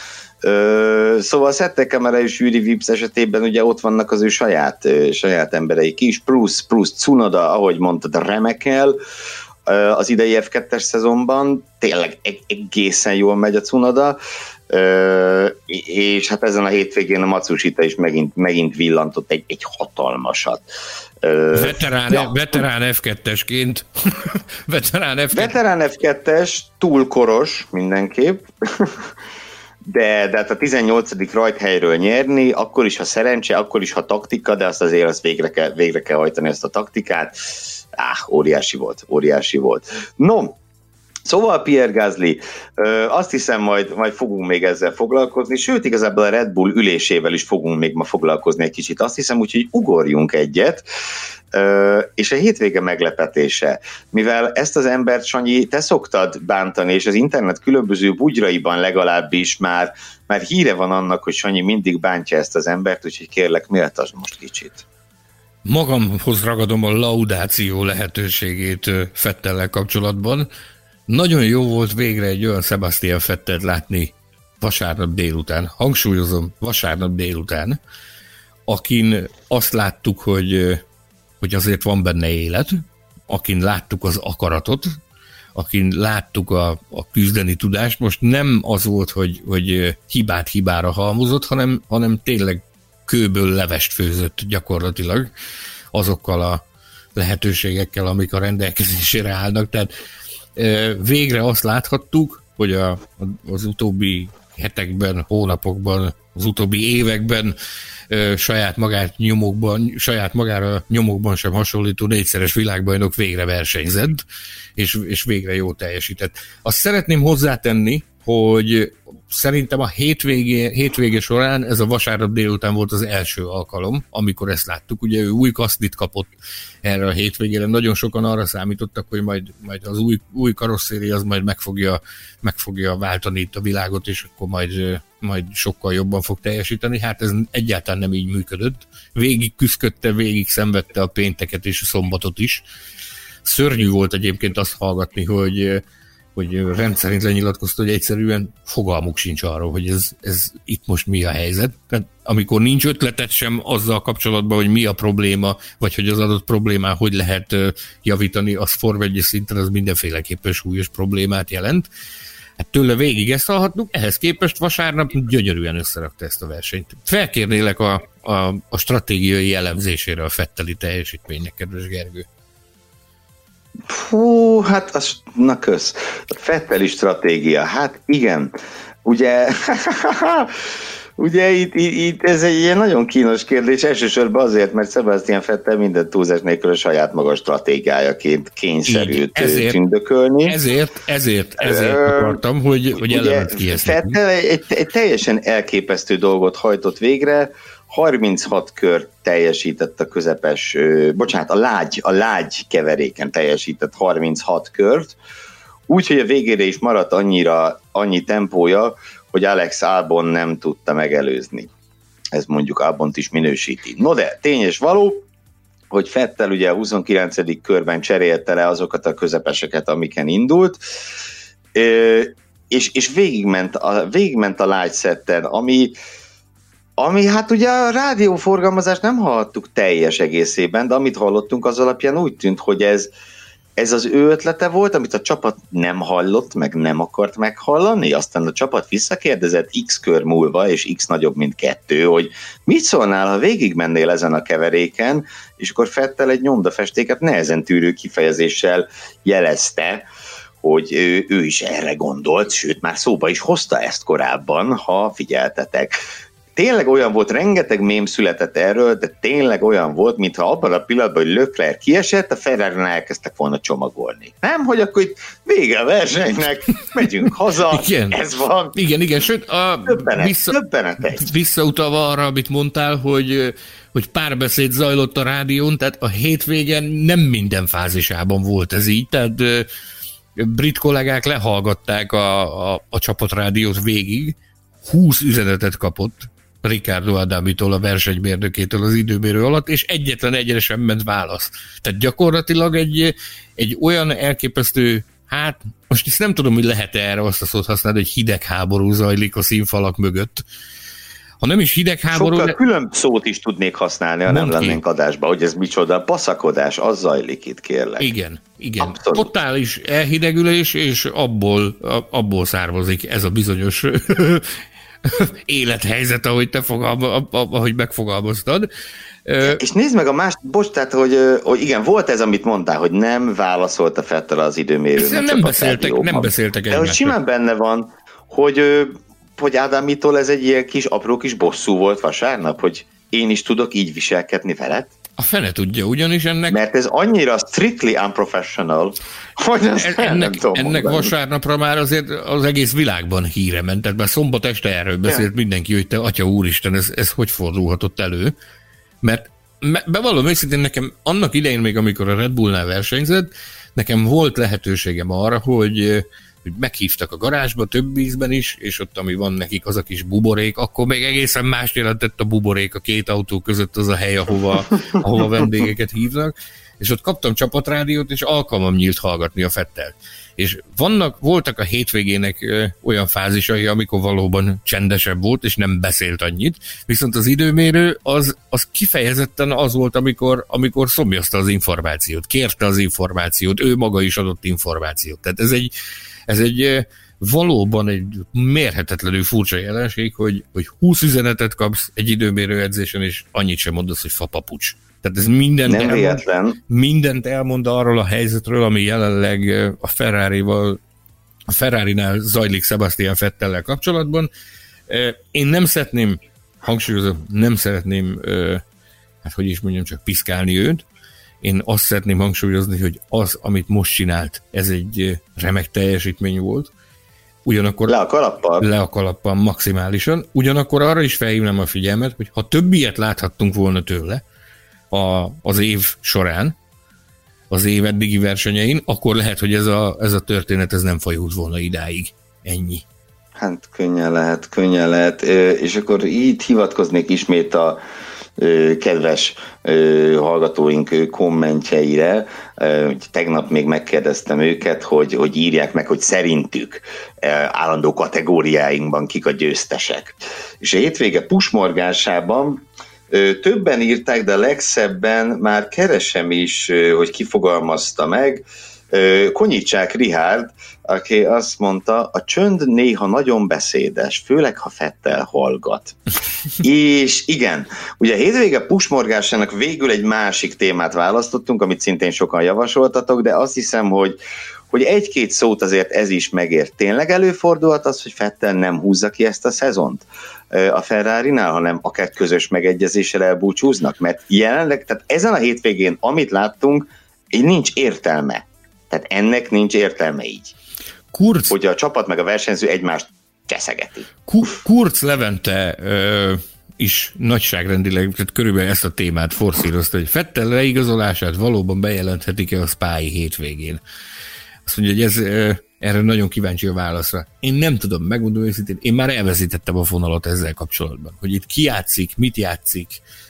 Szóval Sette Kamera és Jüri Vips esetében ugye ott vannak az ő saját embereik is, plusz Tsunoda, ahogy mondtad, remekel az idei F2-es szezonban, tényleg egészen jól megy a Tsunoda, és hát ezen a hétvégén a Matsushita is megint villantott egy hatalmasat. Veterán F2-esként. Veterán F2-es, túl koros mindenképp, de hát a 18. rajthelyről nyerni, akkor is, ha szerencse, akkor is, ha taktika, de azt végre kell hajtani ezt a taktikát. Óriási volt. No, szóval Pierre Gasly, azt hiszem majd fogunk még ezzel foglalkozni, sőt igazából a Red Bull ülésével is fogunk még ma foglalkozni egy kicsit, azt hiszem, úgyhogy ugorjunk egyet, és a hétvége meglepetése. Mivel ezt az embert, Sanyi, te szoktad bántani, és az internet különböző bugyraiban legalábbis már híre van annak, hogy Sanyi mindig bántja ezt az embert, úgyhogy kérlek, méltasd most kicsit. Magamhoz ragadom a laudáció lehetőségét Vettellel kapcsolatban. Nagyon jó volt végre egy olyan Sebastian Vettelt látni vasárnap délután, hangsúlyozom, vasárnap délután, akin azt láttuk, hogy azért van benne élet, akin láttuk az akaratot, akin láttuk a küzdeni tudást. Most nem az volt, hogy hibát hibára halmozott, hanem tényleg kőből levest főzött gyakorlatilag azokkal a lehetőségekkel, amik a rendelkezésére állnak. Tehát végre azt láthattuk, hogy az utóbbi hetekben, hónapokban, az utóbbi években saját magára nyomokban sem hasonlító 4-szeres világbajnok végre versenyzett, és végre jól teljesített. Azt szeretném hozzátenni, hogy szerintem a hétvége során ez a vasárnap délután volt az első alkalom, amikor ezt láttuk. Ugye ő új kasztit kapott erre a hétvégére. Nagyon sokan arra számítottak, hogy majd az új karosszéria az majd meg fogja váltani itt a világot, és akkor majd sokkal jobban fog teljesíteni. Hát ez egyáltalán nem így működött. Végig küzdötte, végig szenvedte a pénteket és a szombatot is. Szörnyű volt egyébként azt hallgatni, hogy rendszerint lenyilatkozta, hogy egyszerűen fogalmuk sincs arról, hogy ez itt most mi a helyzet. Tehát amikor nincs ötletet sem azzal kapcsolatban, hogy mi a probléma, vagy hogy az adott problémán hogy lehet javítani, az Form 1 szinten az mindenféleképpen súlyos problémát jelent. Hát tőle végig ezt hallhattuk, ehhez képest vasárnap gyönyörűen összerakta ezt a versenyt. Felkérnélek a stratégiai elemzésére a Vetteli teljesítménynek, kedves Gergő. Hú, hát na kösz. A Vetteli stratégia, hát igen. Ugye itt ez egy ilyen nagyon kínos kérdés, elsősorban azért, mert Sebastian Vettel minden túlzás nélkül a saját maga stratégiájaként kényszerült tündökölni. Ezért akartam, hogy elemet ki ezt. Vettel egy teljesen elképesztő dolgot hajtott végre, 36 kört teljesített a közepes, a lágy keveréken teljesített 36 kört, úgyhogy a végére is maradt annyi tempója, hogy Alex Albon nem tudta megelőzni. Ez mondjuk Albont is minősíti. No de, tény és való, hogy Vettel ugye a 29. körben cserélte le azokat a közepeseket, amiken indult, és végigment a lágy szetten, ami hát ugye a rádióforgalmazást nem hallottuk teljes egészében, de amit hallottunk az alapján úgy tűnt, hogy ez az ő ötlete volt, amit a csapat nem hallott, meg nem akart meghallani, aztán a csapat visszakérdezett x kör múlva, és x nagyobb, mint 2, hogy mit szólnál, ha végigmennél ezen a keveréken, és akkor Vettel egy nyomdafestéket nehezen tűrő kifejezéssel jelezte, hogy ő is erre gondolt, sőt már szóba is hozta ezt korábban, ha figyeltetek. tényleg olyan volt, rengeteg mém született erről, de tényleg olyan volt, mintha abban a pillanatban, hogy Leclerc kiesett, a Ferrari-nál elkezdtek volna csomagolni. Nem, hogy akkor itt vége a versenynek, megyünk haza, igen. Ez van. Igen, sőt, visszautalva arra, amit mondtál, hogy párbeszéd zajlott a rádión, tehát a hétvégen nem minden fázisában volt ez így, tehát brit kollégák lehallgatták a csapatrádiót végig, 20 üzenetet kapott Riccardo Adamitól, a versenymérnökétől az időmérő alatt, és egyetlen egyre sem ment válasz. Tehát gyakorlatilag egy olyan elképesztő, hát most ezt nem tudom, hogy lehet erre azt a szót használni, hogy hidegháború zajlik a színfalak mögött. Ha nem is hidegháború... Sokkal külön szót is tudnék használni, ha nem lennénk adásba, hogy ez micsoda passzakodás, az zajlik itt, kérlek. Igen. Abszolút. Totális elhidegülés, és abból származik ez a bizonyos élethelyzet, ahogy ahogy megfogalmaztad. És nézd meg a más, tehát, hogy igen, volt ez, amit mondtál, hogy nem válaszolt a Vettel az időmérőnek. Nem beszéltek de hogy simán benne van, hogy Adamitól ez egy ilyen apró kis bosszú volt vasárnap, hogy én is tudok így viselkedni veled. A fene tudja ugyanis ennek... Mert ez annyira strictly unprofessional, hogy ennek vasárnapra már azért az egész világban híre ment, tehát már szombat este erről beszélt mindenki, hogy te atya úristen, ez hogy fordulhatott elő. Mert bevallom őszintén, nekem annak idején még, amikor a Red Bullnál versenyzett, nekem volt lehetőségem arra, hogy meghívtak a garázsba több ízben is, és ott, ami van nekik, az a kis buborék, akkor még egészen mást jelentett a buborék a két autó között, az a hely, ahova vendégeket hívnak, és ott kaptam csapatrádiót, és alkalmam nyílt hallgatni a Vettelt. És voltak a hétvégének olyan fázisai, amikor valóban csendesebb volt, és nem beszélt annyit, viszont az időmérő az kifejezetten az volt, amikor szomjazta az információt, kérte az információt, ő maga is adott információt. Tehát ez egy valóban egy mérhetetlenül furcsa jelenség, hogy 20 üzenetet kapsz egy időmérő edzésen, és annyit sem mondasz, hogy fapapucs. Tehát ez mindent elmond arról a helyzetről, ami jelenleg a Ferrarinál zajlik Sebastian Vettellel kapcsolatban. Én nem szeretném, hangsúlyozom, hát hogy is mondjam, csak piszkálni őt. Én azt szeretném hangsúlyozni, hogy az, amit most csinált, ez egy remek teljesítmény volt. Ugyanakkor le a kalappal maximálisan. Ugyanakkor arra is felhívnám a figyelmet, hogy ha több ilyet láthattunk volna tőle az év során, az év eddigi versenyein, akkor lehet, hogy ez a történet ez nem fajult volna idáig. Ennyi. Hát könnyen lehet. És akkor így hivatkoznék ismét a kedves hallgatóink kommentjeire. Tegnap még megkérdeztem őket, hogy írják meg, hogy szerintük állandó kategóriáinkban kik a győztesek. És a hétvége pusmorgásában többen írták, de a legszebben már keresem is, hogy kifogalmazta meg. Konyicsák Richárd, aki azt mondta, a csönd néha nagyon beszédes, főleg ha Vettel hallgat. És igen, ugye a hétvége pusmorgásának végül egy másik témát választottunk, amit szintén sokan javasoltatok, de azt hiszem, hogy egy-két szót azért ez is megért. Tényleg előfordulhat az, hogy Vettel nem húzza ki ezt a szezont a Ferrarinál, hanem akár közös megegyezéssel elbúcsúznak? Mert jelenleg, tehát ezen a hétvégén, amit láttunk, így nincs értelme. Tehát ennek nincs értelme így. Hogy a csapat meg a versenyző egymást cseszegeti. Kurz Levente is nagyságrendileg, tehát körülbelül ezt a témát forszírozta, hogy Vettel leigazolását valóban bejelenthetik-e a Spái hétvégén. Azt mondja, hogy erre nagyon kíváncsi a válaszra. Én nem tudom, megmondom őszintén, én már elveszítettem a fonalat ezzel kapcsolatban, hogy itt ki játszik, mit játszik,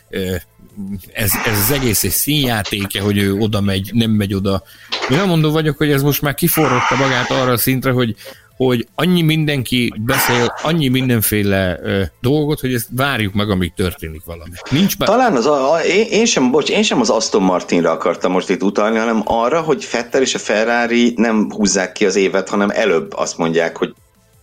ez az egész egy színjátéke, hogy ő oda megy, nem megy oda. Én nem mondom vagyok, hogy ez most már kiforrotta magát arra a szintre, hogy annyi mindenki beszél, annyi mindenféle dolgot, hogy ezt várjuk meg, amíg történik valami. Nincs be... Talán én sem az Aston Martinra akartam most itt utalni, hanem arra, hogy Vettel és a Ferrari nem húzzák ki az évet, hanem előbb azt mondják, hogy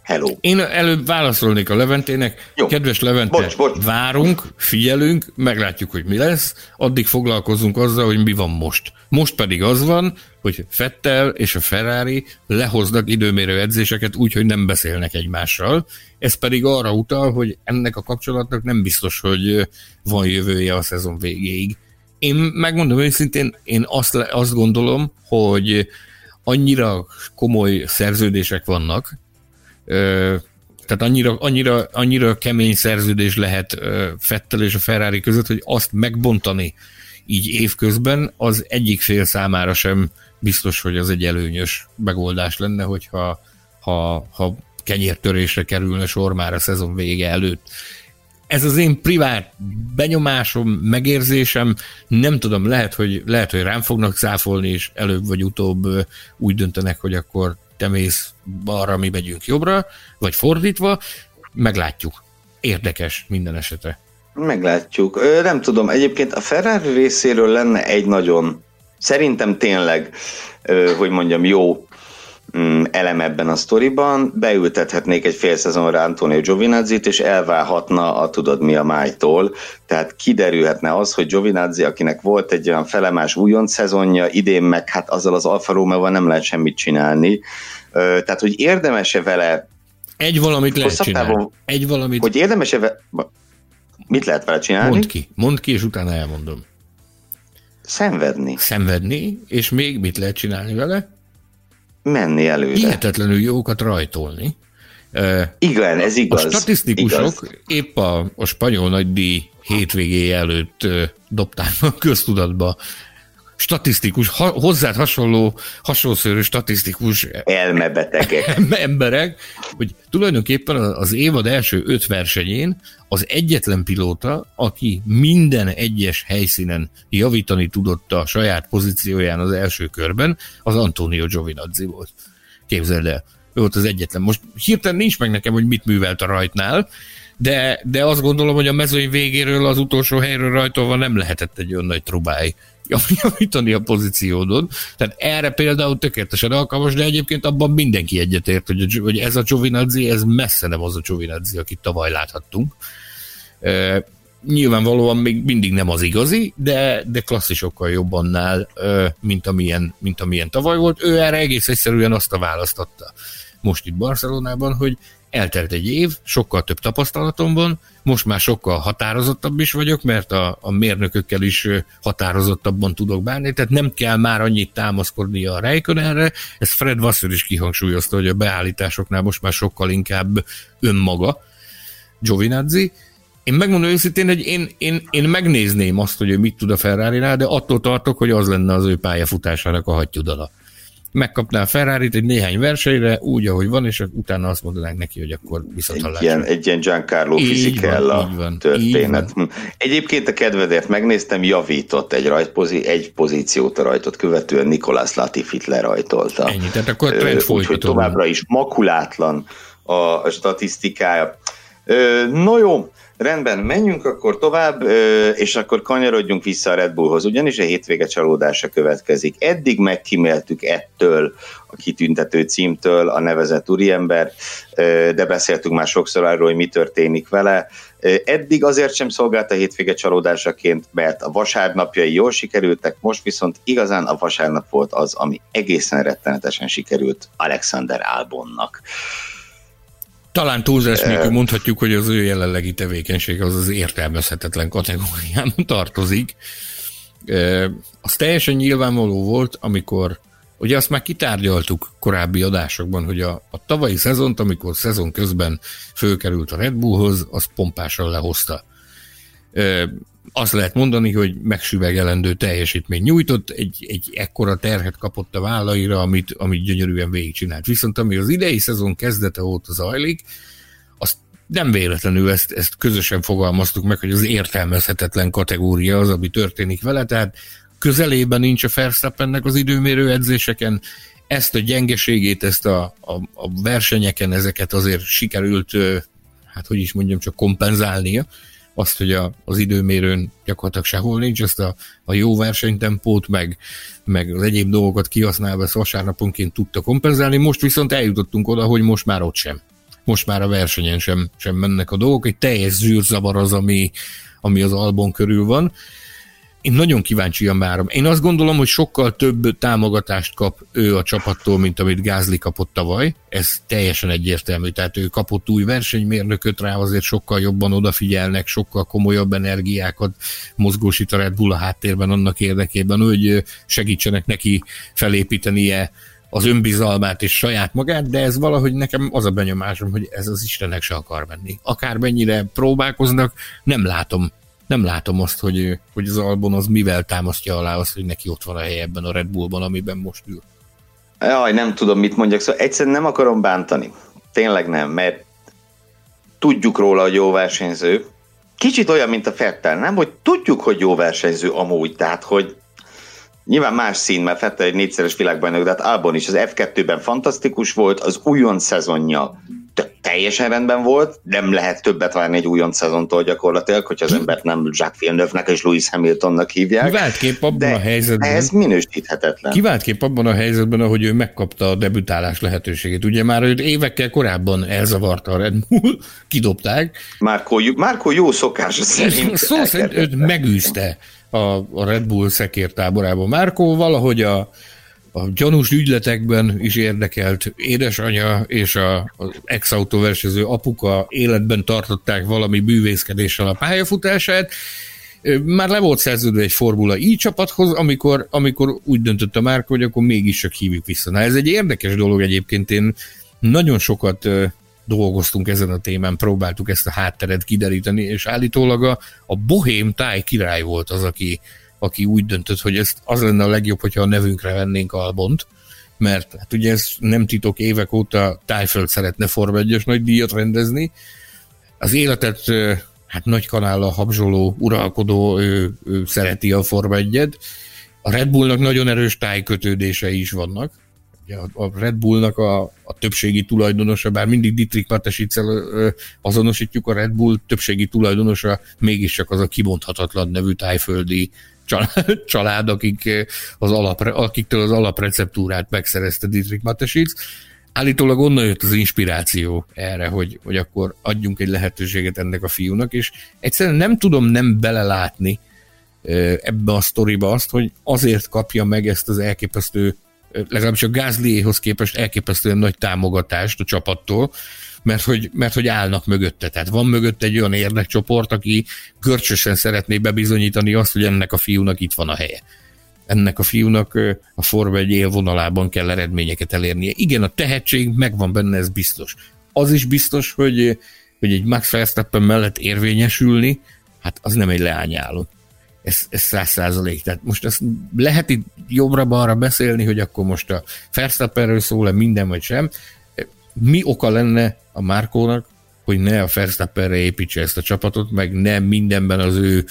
Hello. Én előbb válaszolnék a Leventének. Jó. Kedves Levente, Bocs. várunk, figyelünk, meglátjuk, hogy mi lesz, addig foglalkozunk azzal, hogy mi van most. Most pedig az van, hogy Vettel és a Ferrari lehoznak időmérő edzéseket úgy, hogy nem beszélnek egymással. Ez pedig arra utal, hogy ennek a kapcsolatnak nem biztos, hogy van jövője a szezon végéig. Én megmondom őszintén, én azt gondolom, hogy annyira komoly szerződések vannak, tehát annyira kemény szerződés lehet Vettel és a Ferrari között, hogy azt megbontani így évközben az egyik fél számára sem biztos, hogy az egy előnyös megoldás lenne, hogyha kenyértörésre kerülne sor már a szezon vége előtt. Ez az én privát benyomásom, megérzésem, nem tudom, lehet, hogy rám fognak cáfolni, és előbb vagy utóbb úgy döntenek, hogy akkor te mész balra, mi megyünk jobbra, vagy fordítva, meglátjuk. Érdekes minden esetre. Meglátjuk. Nem tudom, egyébként a Ferrari részéről lenne egy nagyon, szerintem tényleg, hogy mondjam, jó elem ebben a sztoriban, beültethetnék egy fél szezonra Antonio Giovinazzit, és elválhatna a tudod mi a májtól, tehát kiderülhetne az, hogy Giovinazzi, akinek volt egy olyan felemás újonc szezonja, idén meg hát azzal az Alfa Romeo-val nem lehet semmit csinálni, tehát hogy érdemes-e vele egy valamit lehet csinálni. Egy valamit. Hogy érdemes-e vele, mit lehet vele csinálni? Mondd ki, és utána elmondom. Szenvedni, és még mit lehet csinálni vele? Menni előre. Hihetetlenül jókat rajtolni. Igen, ez igaz. A statisztikusok épp a spanyol nagydíj hétvégéje előtt dobták a köztudatba statisztikus, hozzád hasonszörű statisztikus elmebetegek emberek, hogy tulajdonképpen az évad első 5 versenyén az egyetlen pilóta, aki minden egyes helyszínen javítani tudott a saját pozícióján az első körben, az Antonio Giovinazzi volt. Képzeld el, ő volt az egyetlen. Most hirtelen nincs meg nekem, hogy mit művelt a rajtnál, de azt gondolom, hogy a mezőny végéről az utolsó helyről rajtolva nem lehetett egy olyan nagy trubály javítani a pozíciódon. Tehát erre például tökéletesen alkalmas, de egyébként abban mindenki egyetért, hogy ez a Giovinazzi, ez messze nem az a Giovinazzi, akit tavaly láthattunk. Nyilvánvalóan még mindig nem az igazi, de klasszisokkal jobb annál, mint amilyen tavaly volt. Ő erre egész egyszerűen azt a választ adta most itt Barcelonában, hogy eltelt egy év, sokkal több tapasztalatom van, most már sokkal határozottabb is vagyok, mert a mérnökökkel is határozottabban tudok bánni, tehát nem kell már annyit támaszkodni a Räikkönenre. Ezt Fred Vasseur is kihangsúlyozta, hogy a beállításoknál most már sokkal inkább önmaga Giovinazzi. Én megmondom őszintén, hogy én megnézném azt, hogy ő mit tud a Ferrarinál, de attól tartok, hogy az lenne az ő pályafutásának a hattyúdala. Megkapná a Ferrarit egy néhány versenyre, úgy, ahogy van, és utána azt mondanánk neki, hogy akkor viszonthallásra. Egy ilyen Giancarlo Fisichella történet. Egyébként a kedvedért megnéztem, javított egy pozíciót a rajtot követően, Nicolas Latifit lerajtolta. Ennyi, tehát akkor trend folytatódó. Továbbra is makulátlan a statisztikája. No jó, rendben, menjünk akkor tovább, és akkor kanyarodjunk vissza a Red Bullhoz, ugyanis a hétvége csalódása következik. Eddig megkíméltük ettől a kitüntető címtől a nevezett úriember, de beszéltünk már sokszor arról, hogy mi történik vele. Eddig azért sem szolgált a hétvége csalódásaként, mert a vasárnapjai jól sikerültek, most viszont igazán a vasárnap volt az, ami egészen rettenetesen sikerült Alexander Albonnak. Talán túlzás nélkül mondhatjuk, hogy az ő jelenlegi tevékenysége az értelmezhetetlen kategóriában tartozik. Az teljesen nyilvánvaló volt, amikor, ugye azt már kitárgyaltuk korábbi adásokban, hogy a tavalyi szezont, amikor szezon közben fölkerült a Red Bullhoz, az pompásan lehozta. Azt lehet mondani, hogy megsüvegelendő teljesítmény nyújtott, egy ekkora terhet kapott a vállaira, amit gyönyörűen végigcsinált. Viszont ami az idei szezon kezdete óta zajlik, azt nem véletlenül ezt közösen fogalmaztuk meg, hogy az értelmezhetetlen kategória az, ami történik vele, tehát közelében nincs a Verstappennek az időmérő edzéseken, ezt a gyengeségét, ezt a versenyeken, ezeket azért sikerült, hát hogy is mondjam, csak kompenzálnia, azt, hogy az időmérőn gyakorlatilag sehol nincs, ezt a jó versenytempót, meg az egyéb dolgokat kihasználva, ezt vasárnaponként tudta kompenzálni, most viszont eljutottunk oda, hogy most már ott sem. most már a versenyen sem mennek a dolgok, egy teljes zűrzavar az, ami az Albon körül van. Én nagyon kíváncsian várom. Én azt gondolom, hogy sokkal több támogatást kap ő a csapattól, mint amit Gasly kapott tavaly. Ez teljesen egyértelmű. Tehát ő kapott új versenymérnököt rá, azért sokkal jobban odafigyelnek, sokkal komolyabb energiákat mozgósít a Red Bull a háttérben annak érdekében, hogy segítsenek neki felépítenie az önbizalmát és saját magát, de ez valahogy nekem az a benyomásom, hogy ez az Istennek se akar menni. Akármennyire próbálkoznak, nem látom azt, hogy az Albon az mivel támasztja alá azt, hogy neki ott van a hely ebben a Red Bullban, amiben most ül. Jaj, nem tudom, mit mondjak, szóval egyszerűen nem akarom bántani. Tényleg nem, mert tudjuk róla, hogy jó versenyző. Kicsit olyan, mint a Vettel, nem? Hogy tudjuk, hogy jó versenyző amúgy, tehát, hogy nyilván más szín, mert Vettel egy 4-szeres világbajnok, de hát Albon is az F2-ben fantasztikus volt, az újonc szezonja teljesen rendben volt, nem lehet többet várni egy újonc szezontól gyakorlatilag, hogyha az embert nem Jacques Villeneuve-nek és Lewis Hamiltonnak hívják. Kiváltképp abban a helyzetben. Ez minősíthetetlen. Kiváltképp abban a helyzetben, ahogy ő megkapta a debütálás lehetőségét. Ugye már őt évekkel korábban elzavarta a Red Bull, kidobták. Márkó jó szokása szerint. Szó szerint őt megűzte a Red Bull szekértáborában. Márkó valahogy a gyanús ügyletekben is érdekelt édesanyja és az ex-autóversenyző apuka életben tartották valami bűvészkedéssel a pályafutását. Már le volt szerződve egy Formula I csapathoz, amikor úgy döntött a Márkó, hogy akkor mégis csak hívjuk vissza. Na ez egy érdekes dolog egyébként, én nagyon sokat dolgoztunk ezen a témán, próbáltuk ezt a hátteret kideríteni, és állítólag a bohém táj király volt az, aki úgy döntött, hogy az lenne a legjobb, hogyha a nevünkre vennénk Albont, mert hát ugye ez nem titok, évek óta Tájföld szeretne Forma 1-es nagy díjat rendezni. Az életet hát nagy kanállal habzsoló, uralkodó, ő szereti a Forma 1-et. A Red Bullnak nagyon erős tájkötődései is vannak. Ugye a Red Bullnak a többségi tulajdonosa, bár mindig Dietrich Mateschitzel azonosítjuk, a Red Bull többségi tulajdonosa mégiscsak az a kibonthatatlan nevű tájföldi család, akiktől az alapreceptúrát megszerezte Dietrich Mateschitz. Állítólag onnan jött az inspiráció erre, hogy akkor adjunk egy lehetőséget ennek a fiúnak, és egyszerűen nem tudom nem belelátni ebbe a sztoriba azt, hogy azért kapja meg ezt az elképesztő, legalábbis a Gaslyéhoz képest elképesztően nagy támogatást a csapattól, mert hogy állnak mögötte. Tehát van mögötte egy olyan érdekcsoport, aki görcsösen szeretné bebizonyítani azt, hogy ennek a fiúnak itt van a helye. Ennek a fiúnak a Forma 1 élvonalában kell eredményeket elérnie. Igen, a tehetség megvan benne, ez biztos. Az is biztos, hogy egy Max Verstappen mellett érvényesülni, hát az nem egy leányáló. Ez 100%. Tehát most ezt lehet itt jobbra-balra beszélni, hogy akkor most a Verstappenről szól-e minden vagy sem. Mi oka lenne a Márkónak, hogy ne a Verstappenre építse ezt a csapatot, meg ne mindenben az ő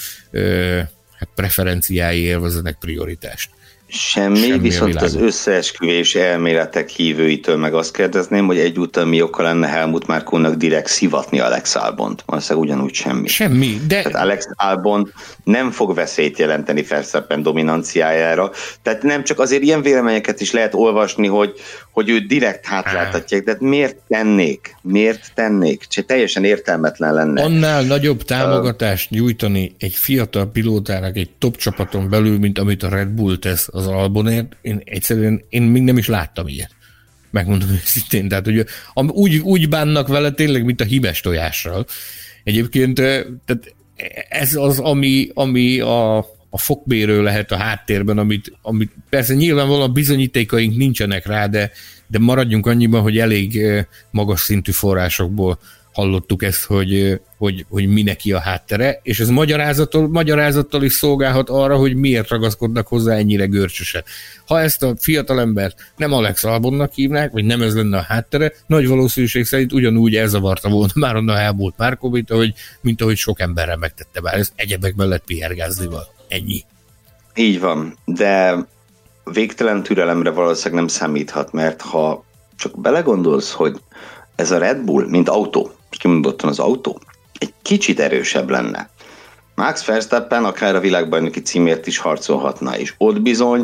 preferenciái élvezenek prioritást. Semmi, viszont az összeesküvés elméletek hívőitől meg azt kérdezném, hogy egyúttal mi oka lenne Helmut Márkónak direkt szivatni Alex Albont. Valószínűleg ugyanúgy semmi. Semmi, de... Tehát Alex Albon nem fog veszélyt jelenteni Verstappen dominanciájára. Tehát nem csak azért ilyen véleményeket is lehet olvasni, hogy őt direkt hátráltatják, de miért tennék? Miért tennék? Csak teljesen értelmetlen lenne. Annál nagyobb támogatást nyújtani egy fiatal pilótának egy top csapaton belül, mint amit a Red Bull tesz az Albonért, én még nem is láttam ilyet. Megmondom őszintén. Tehát, hogy úgy bánnak vele tényleg, mint a hímes tojással. Egyébként tehát ez az, ami a fokmérő lehet a háttérben, amit persze nyilvánvalóan bizonyítékaink nincsenek rá, de maradjunk annyiban, hogy elég magas szintű forrásokból hallottuk ezt, hogy mi neki a háttere, és ez magyarázattal is szolgálhat arra, hogy miért ragaszkodnak hozzá ennyire görcsösen. Ha ezt a fiatalembert nem Alex Albonnak hívnák, vagy nem ez lenne a háttere, nagy valószínűség szerint ugyanúgy elzavarta volna már onnan Helmut Márkó, mint ahogy sok emberrel megtette bár. Ez egyebek mellett Pierre Gaslyval. Ennyi. Így van, de végtelen türelemre valószínűleg nem számíthat, mert ha csak belegondolsz, hogy ez a Red Bull, mint autó, kimondottan az autó, egy kicsit erősebb lenne. Max Verstappen akár a világbajnoki címért is harcolhatna, és ott bizony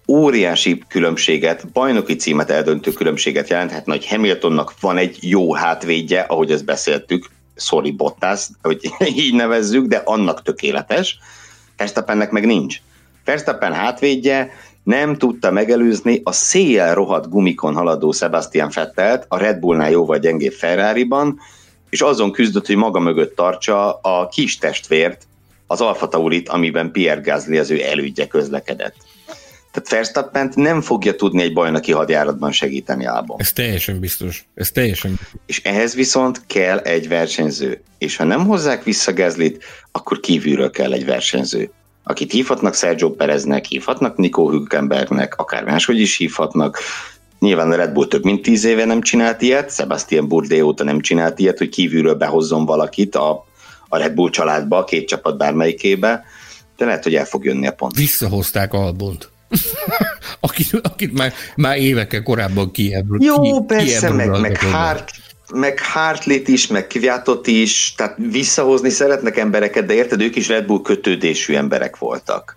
óriási különbséget, bajnoki címet eldöntő különbséget jelenthetne, hogy Hamiltonnak van egy jó hátvédje, ahogy ezt beszéltük, sorry Bottas, hogy így nevezzük, de annak tökéletes. Verstappennek meg nincs. Verstappen hátvédje nem tudta megelőzni a széjjel rohadt gumikon haladó Sebastian Vettelt a Red Bullnál jóval gyengébb Ferrariban, és azon küzdött, hogy maga mögött tartsa a kis testvért, az Alfa Taurit, amiben Pierre Gasly az ő elődje közlekedett. Tehát Verstappent nem fogja tudni egy bajnoki hadjáratban segíteni Albon. Ez teljesen biztos. És ehhez viszont kell egy versenyző. És ha nem hozzák vissza Gaslyt, akkor kívülről kell egy versenyző. Akit hívhatnak Sergio Pereznek, hívhatnak Nico Hülkenbergnek, akár máshogy is hívhatnak. Nyilván a Red Bull több mint 10 éve nem csinált ilyet, Sebastian Bourdais óta nem csinált ilyet, hogy kívülről behozzon valakit a Red Bull családba, a két csapat bármelyikébe, de lehet, hogy el fog jönni a pont. Visszahozták Albont. akit már évekkel korábban kiebrült. Jó, persze, meg Hartley-t is, meg Kvyatot is, tehát visszahozni szeretnek embereket, de érted, ők is Red Bull kötődésű emberek voltak.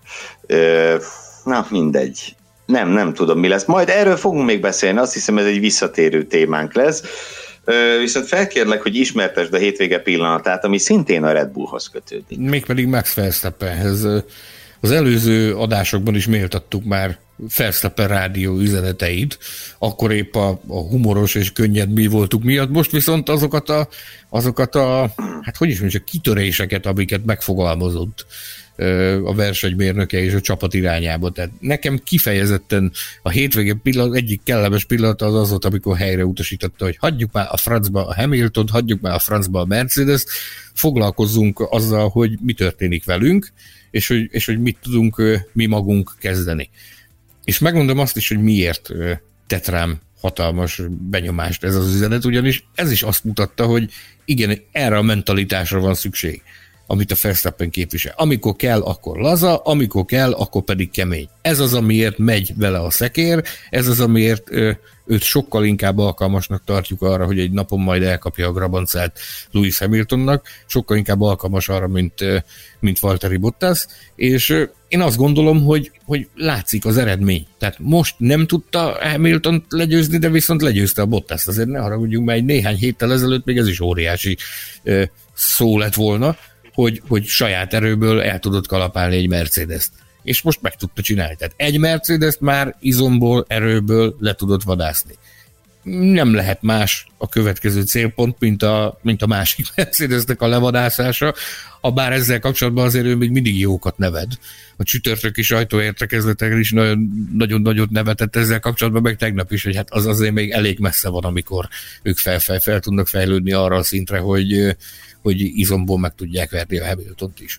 Na, mindegy. Nem tudom, mi lesz. Majd erről fogunk még beszélni, azt hiszem, ez egy visszatérő témánk lesz. Viszont felkérlek, hogy ismertesd a hétvége pillanatát, ami szintén a Red Bullhoz kötődik. Mégpedig Max Verstappenhez. Az előző adásokban is méltattuk már Verstappen rádió üzeneteit, akkor épp a humoros és könnyed mi voltuk miatt, most viszont azokat a hát hogy is mondjam, kitöréseket, amiket megfogalmazott a versenymérnöke és a csapat irányába. Tehát nekem kifejezetten a hétvége egyik kellemes pillanata az volt, amikor helyre utasította, hogy hagyjuk már a francba a Hamiltont, hagyjuk már a francba a Mercedes, foglalkozzunk azzal, hogy mi történik velünk, és hogy mit tudunk mi magunk kezdeni. És megmondom azt is, hogy miért tett rám hatalmas benyomást ez az üzenet, ugyanis ez is azt mutatta, hogy igen, erre a mentalitásra van szükség, amit a Verstappen képvisel. Amikor kell, akkor laza, amikor kell, akkor pedig kemény. Ez az, amiért megy vele a szekér, ez az, amiért őt sokkal inkább alkalmasnak tartjuk arra, hogy egy napon majd elkapja a grabancát Lewis Hamiltonnak, sokkal inkább alkalmas arra, mint Valtteri Bottas, és én azt gondolom, hogy látszik az eredmény. Tehát most nem tudta Hamiltont legyőzni, de viszont legyőzte a Bottas. Azért ne haragudjunk, mert egy néhány héttel ezelőtt még ez is óriási szó lett volna, hogy saját erőből el tudott kalapálni egy Mercedes-t. És most meg tudta csinálni. Tehát egy Mercedes-t már izomból, erőből le tudott vadászni. Nem lehet más a következő célpont, mint a másik Mercedesnek a levadászása, habár ezzel kapcsolatban azért ő még mindig jókat neved. A csütörtöki sajtóértekezleten is nagyon nagyot nevetett ezzel kapcsolatban, meg tegnap is, hogy hát az azért még elég messze van, amikor ők fel tudnak fejlődni arra a szintre, hogy izomból meg tudják verni a Hamiltont is.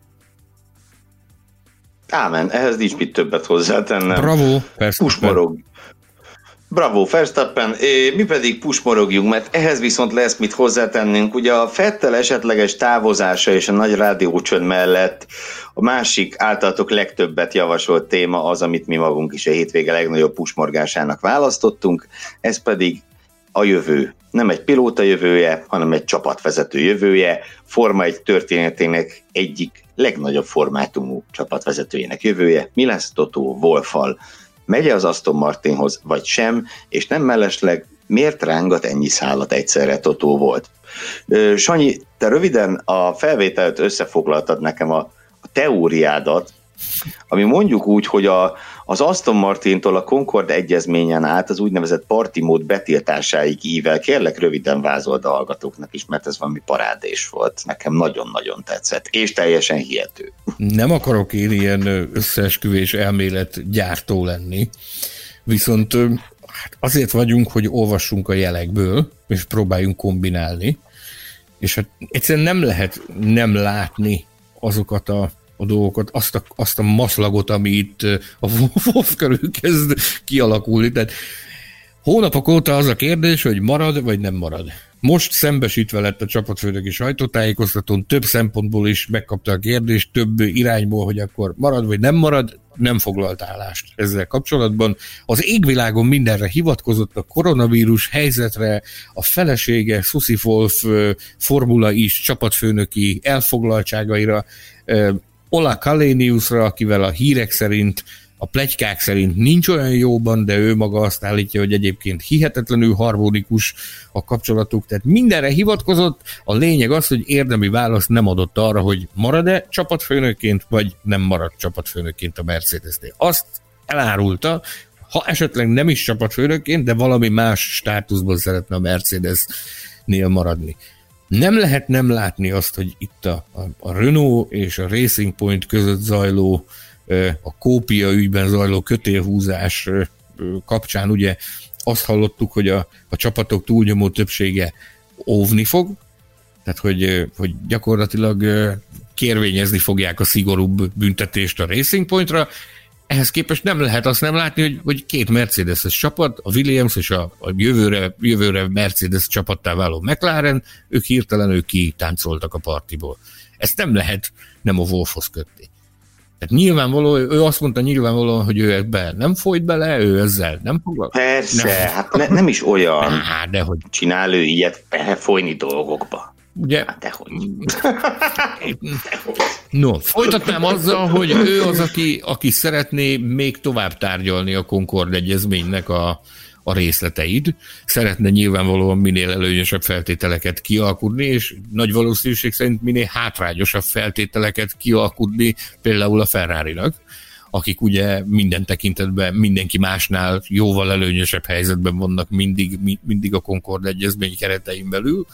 Ámen, ehhez nincs mit többet hozzátennem. Bravo, Pusmorog. Bravo, Verstappen, mi pedig pusmorogjunk, mert ehhez viszont lesz mit hozzátennünk. Ugye a Vettel esetleges távozása és a nagy rádiócsönd mellett a másik általatok legtöbbet javasolt téma az, amit mi magunk is a hétvége legnagyobb pusmorgásának választottunk, ez pedig a jövő. Nem egy pilóta jövője, hanem egy csapatvezető jövője, Forma 1 történetének egyik legnagyobb formátumú csapatvezetőjének jövője. Mi lesz Toto Wolffal? Megy az Aston Martinhoz, vagy sem, és nem mellesleg miért rángat ennyi szálat egyszerre Toto Wolff? Sanyi, te röviden a felvételt összefoglaltad nekem a teóriádat, ami mondjuk úgy, hogy az Aston Martintól a Concord egyezményen át az úgynevezett party mód betiltásáig ível. Kérlek, röviden vázold a hallgatóknak is, mert ez valami parádés volt. Nekem nagyon-nagyon tetszett, és teljesen hihető. Nem akarok én ilyen összeesküvés elmélet gyártó lenni, viszont azért vagyunk, hogy olvassunk a jelekből, és próbáljunk kombinálni, és hát egyszerűen nem lehet nem látni azokat a dolgokat, azt a maszlagot, ami itt a Wolff körül kezd kialakulni. Tehát hónapok óta az a kérdés, hogy marad, vagy nem marad. Most szembesítve lett a csapatfőnöki sajtótájékoztatón, több szempontból is megkapta a kérdést, több irányból, hogy akkor marad, vagy nem marad, nem foglalt állást ezzel kapcsolatban. Az égvilágon mindenre hivatkozott, a koronavírus helyzetre, a felesége, Susie Wolff Formula is csapatfőnöki elfoglaltságaira, Ola Kaleniusra, akivel a hírek szerint a pletykák szerint nincs olyan jóban, de ő maga azt állítja, hogy egyébként hihetetlenül harmonikus a kapcsolatuk, tehát mindenre hivatkozott, a lényeg az, hogy érdemi választ nem adott arra, hogy marad-e csapatfőnökként, vagy nem marad csapatfőnökként a Mercedesnél. Azt elárulta, ha esetleg nem is csapatfőnökként, de valami más státuszban szeretne a Mercedesnél maradni. Nem lehet nem látni azt, hogy itt a Renault és a Racing Point között zajló, a kópia ügyben zajló kötélhúzás kapcsán ugye azt hallottuk, hogy a csapatok túlnyomó többsége óvni fog, tehát hogy gyakorlatilag kérvényezni fogják a szigorúbb büntetést a Racing Pointra. Ehhez képest nem lehet azt nem látni, hogy két Mercedes-es csapat, a Williams és a jövőre Mercedes csapattá váló McLaren, ők hirtelen kitáncoltak a partiból. Ezt nem lehet nem a Wolfhoz kötni. Tehát nyilvánvaló, ő azt mondta nyilvánvalóan, hogy ő ebben nem folyt bele, ő ezzel nem foglalkozik. Persze, nem is olyan. Dehogy. Csinál ő ilyet belefolyni dolgokba. Ugye? Dehogy. No, folytatnám azzal, hogy ő az, aki szeretné még tovább tárgyalni a Concord egyezménynek a részleteit, szeretne nyilvánvalóan minél előnyösebb feltételeket kialkudni, és nagy valószínűség szerint minél hátrányosabb feltételeket kialkudni például a Ferrarinak, akik ugye minden tekintetben mindenki másnál jóval előnyösebb helyzetben vannak mindig a Concord egyezmény keretein belül.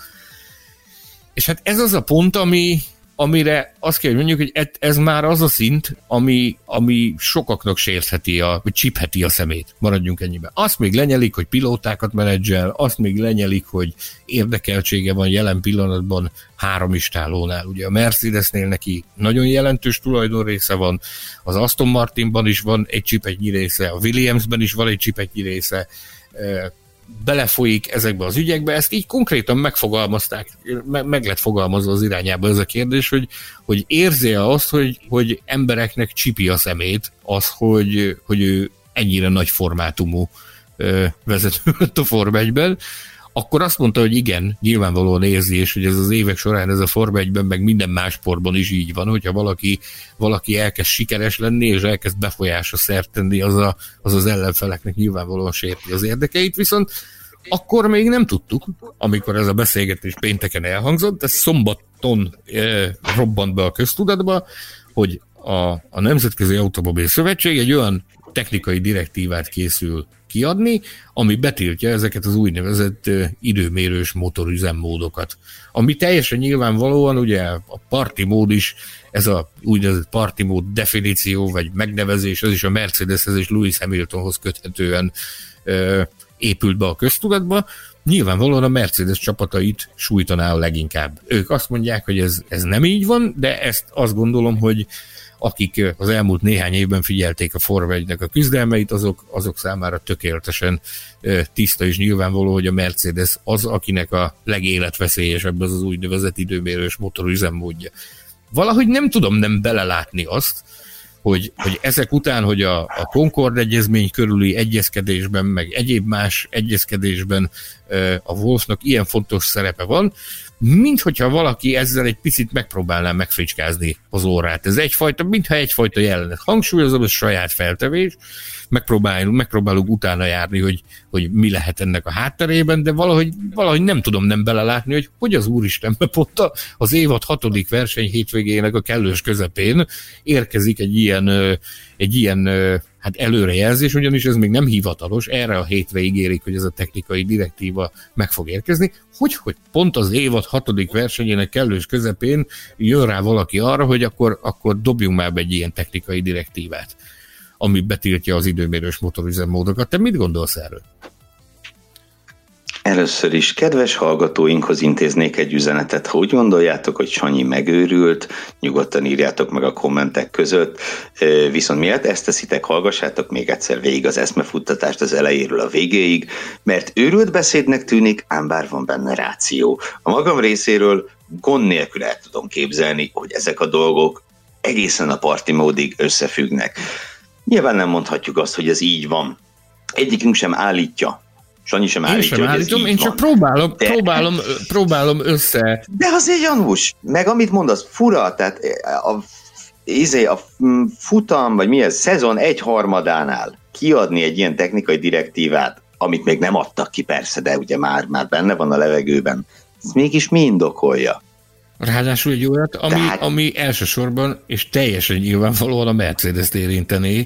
És hát ez az a pont, amire azt kell, hogy mondjuk, hogy ez már az a szint, ami sokaknak sértheti, vagy csipheti a szemét. Maradjunk ennyiben. Azt még lenyelik, hogy pilótákat menedzsel, azt még lenyelik, hogy érdekeltsége van jelen pillanatban 3 istálónál. Ugye a Mercedesnél neki nagyon jelentős tulajdonrésze van, az Aston Martinban is van egy csipetnyi része, a Williamsben is van egy csipetnyi része, belefolyik ezekbe az ügyekbe, ezt így konkrétan megfogalmazták, meg lett fogalmazva az irányába ez a kérdés, hogy érzi-e azt, hogy embereknek csipi a szemét az, hogy ő ennyire nagy formátumú vezető lett a Forma 1-ben, akkor azt mondta, hogy igen, nyilvánvalóan érzi, és hogy ez az évek során ez a Forma 1-ben, meg minden más sportban is így van, hogyha valaki elkezd sikeres lenni, és elkezd befolyásra szert tenni, az ellenfeleknek nyilvánvalóan sérti az érdekeit, viszont akkor még nem tudtuk, amikor ez a beszélgetés pénteken elhangzott, de szombaton robbant be a köztudatba, hogy a Nemzetközi Automobil Szövetség egy olyan technikai direktívát készül kiadni, ami betiltja ezeket az úgynevezett időmérős motorüzemmódokat. Ami teljesen nyilvánvalóan, ugye a party mód is, ez a úgynevezett party mód definíció, vagy megnevezés, ez is a Mercedeshez és Lewis Hamiltonhoz köthetően épült be a köztudatba. Nyilvánvalóan a Mercedes csapatait sújtaná a leginkább. Ők azt mondják, hogy ez nem így van, de ezt azt gondolom, hogy akik az elmúlt néhány évben figyelték a Forma 1-nek a küzdelmeit, azok számára tökéletesen tiszta és nyilvánvaló, hogy a Mercedes az, akinek a legéletveszélyesebb az úgynevezett időmérős motorüzemmódja. Valahogy nem tudom nem belelátni azt, hogy ezek után, hogy a Concord egyezmény körüli egyezkedésben, meg egyéb más egyezkedésben a Wolfnak ilyen fontos szerepe van, minthogyha valaki ezzel egy picit megpróbálná megfricskázni az órát. Ez mintha egyfajta jelenet. Hangsúlyozom, ez saját feltevés, megpróbálunk utána járni, hogy mi lehet ennek a hátterében, de valahogy nem tudom nem belelátni, hogy az Úristenbe pont az évad 6. verseny hétvégének a kellős közepén érkezik egy ilyen hát előrejelzés, ugyanis ez még nem hivatalos, erre a hétre ígérik, hogy ez a technikai direktíva meg fog érkezni, hogy pont az évad 6. versenyének kellős közepén jön rá valaki arra, hogy akkor dobjunk már be egy ilyen technikai direktívát, ami betiltja az időmérős motorüzemmódokat. Te mit gondolsz erről? Először is kedves hallgatóinkhoz intéznék egy üzenetet. Ha úgy gondoljátok, hogy Sanyi megőrült, nyugodtan írjátok meg a kommentek között, viszont miért ezt teszitek, hallgassátok még egyszer végig az eszmefuttatást az elejéről a végéig, mert őrült beszédnek tűnik, ám bár van benne ráció. A magam részéről gond nélkül el tudom képzelni, hogy ezek a dolgok egészen a party módig összefüggnek. Nyilván nem mondhatjuk azt, hogy ez így van. Egyikünk sem állítja, Sanyi sem állítja, hogy ez így én csak próbálom össze. De azért Janus, meg amit mondasz, fura, tehát a futam, vagy mi ez, szezon 1/3 kiadni egy ilyen technikai direktívát, amit még nem adtak ki persze, de ugye már benne van a levegőben, ez mégis mi indokolja? Ráadásul egy olyat, ami elsősorban és teljesen nyilvánvalóan a Mercedes-t érintené.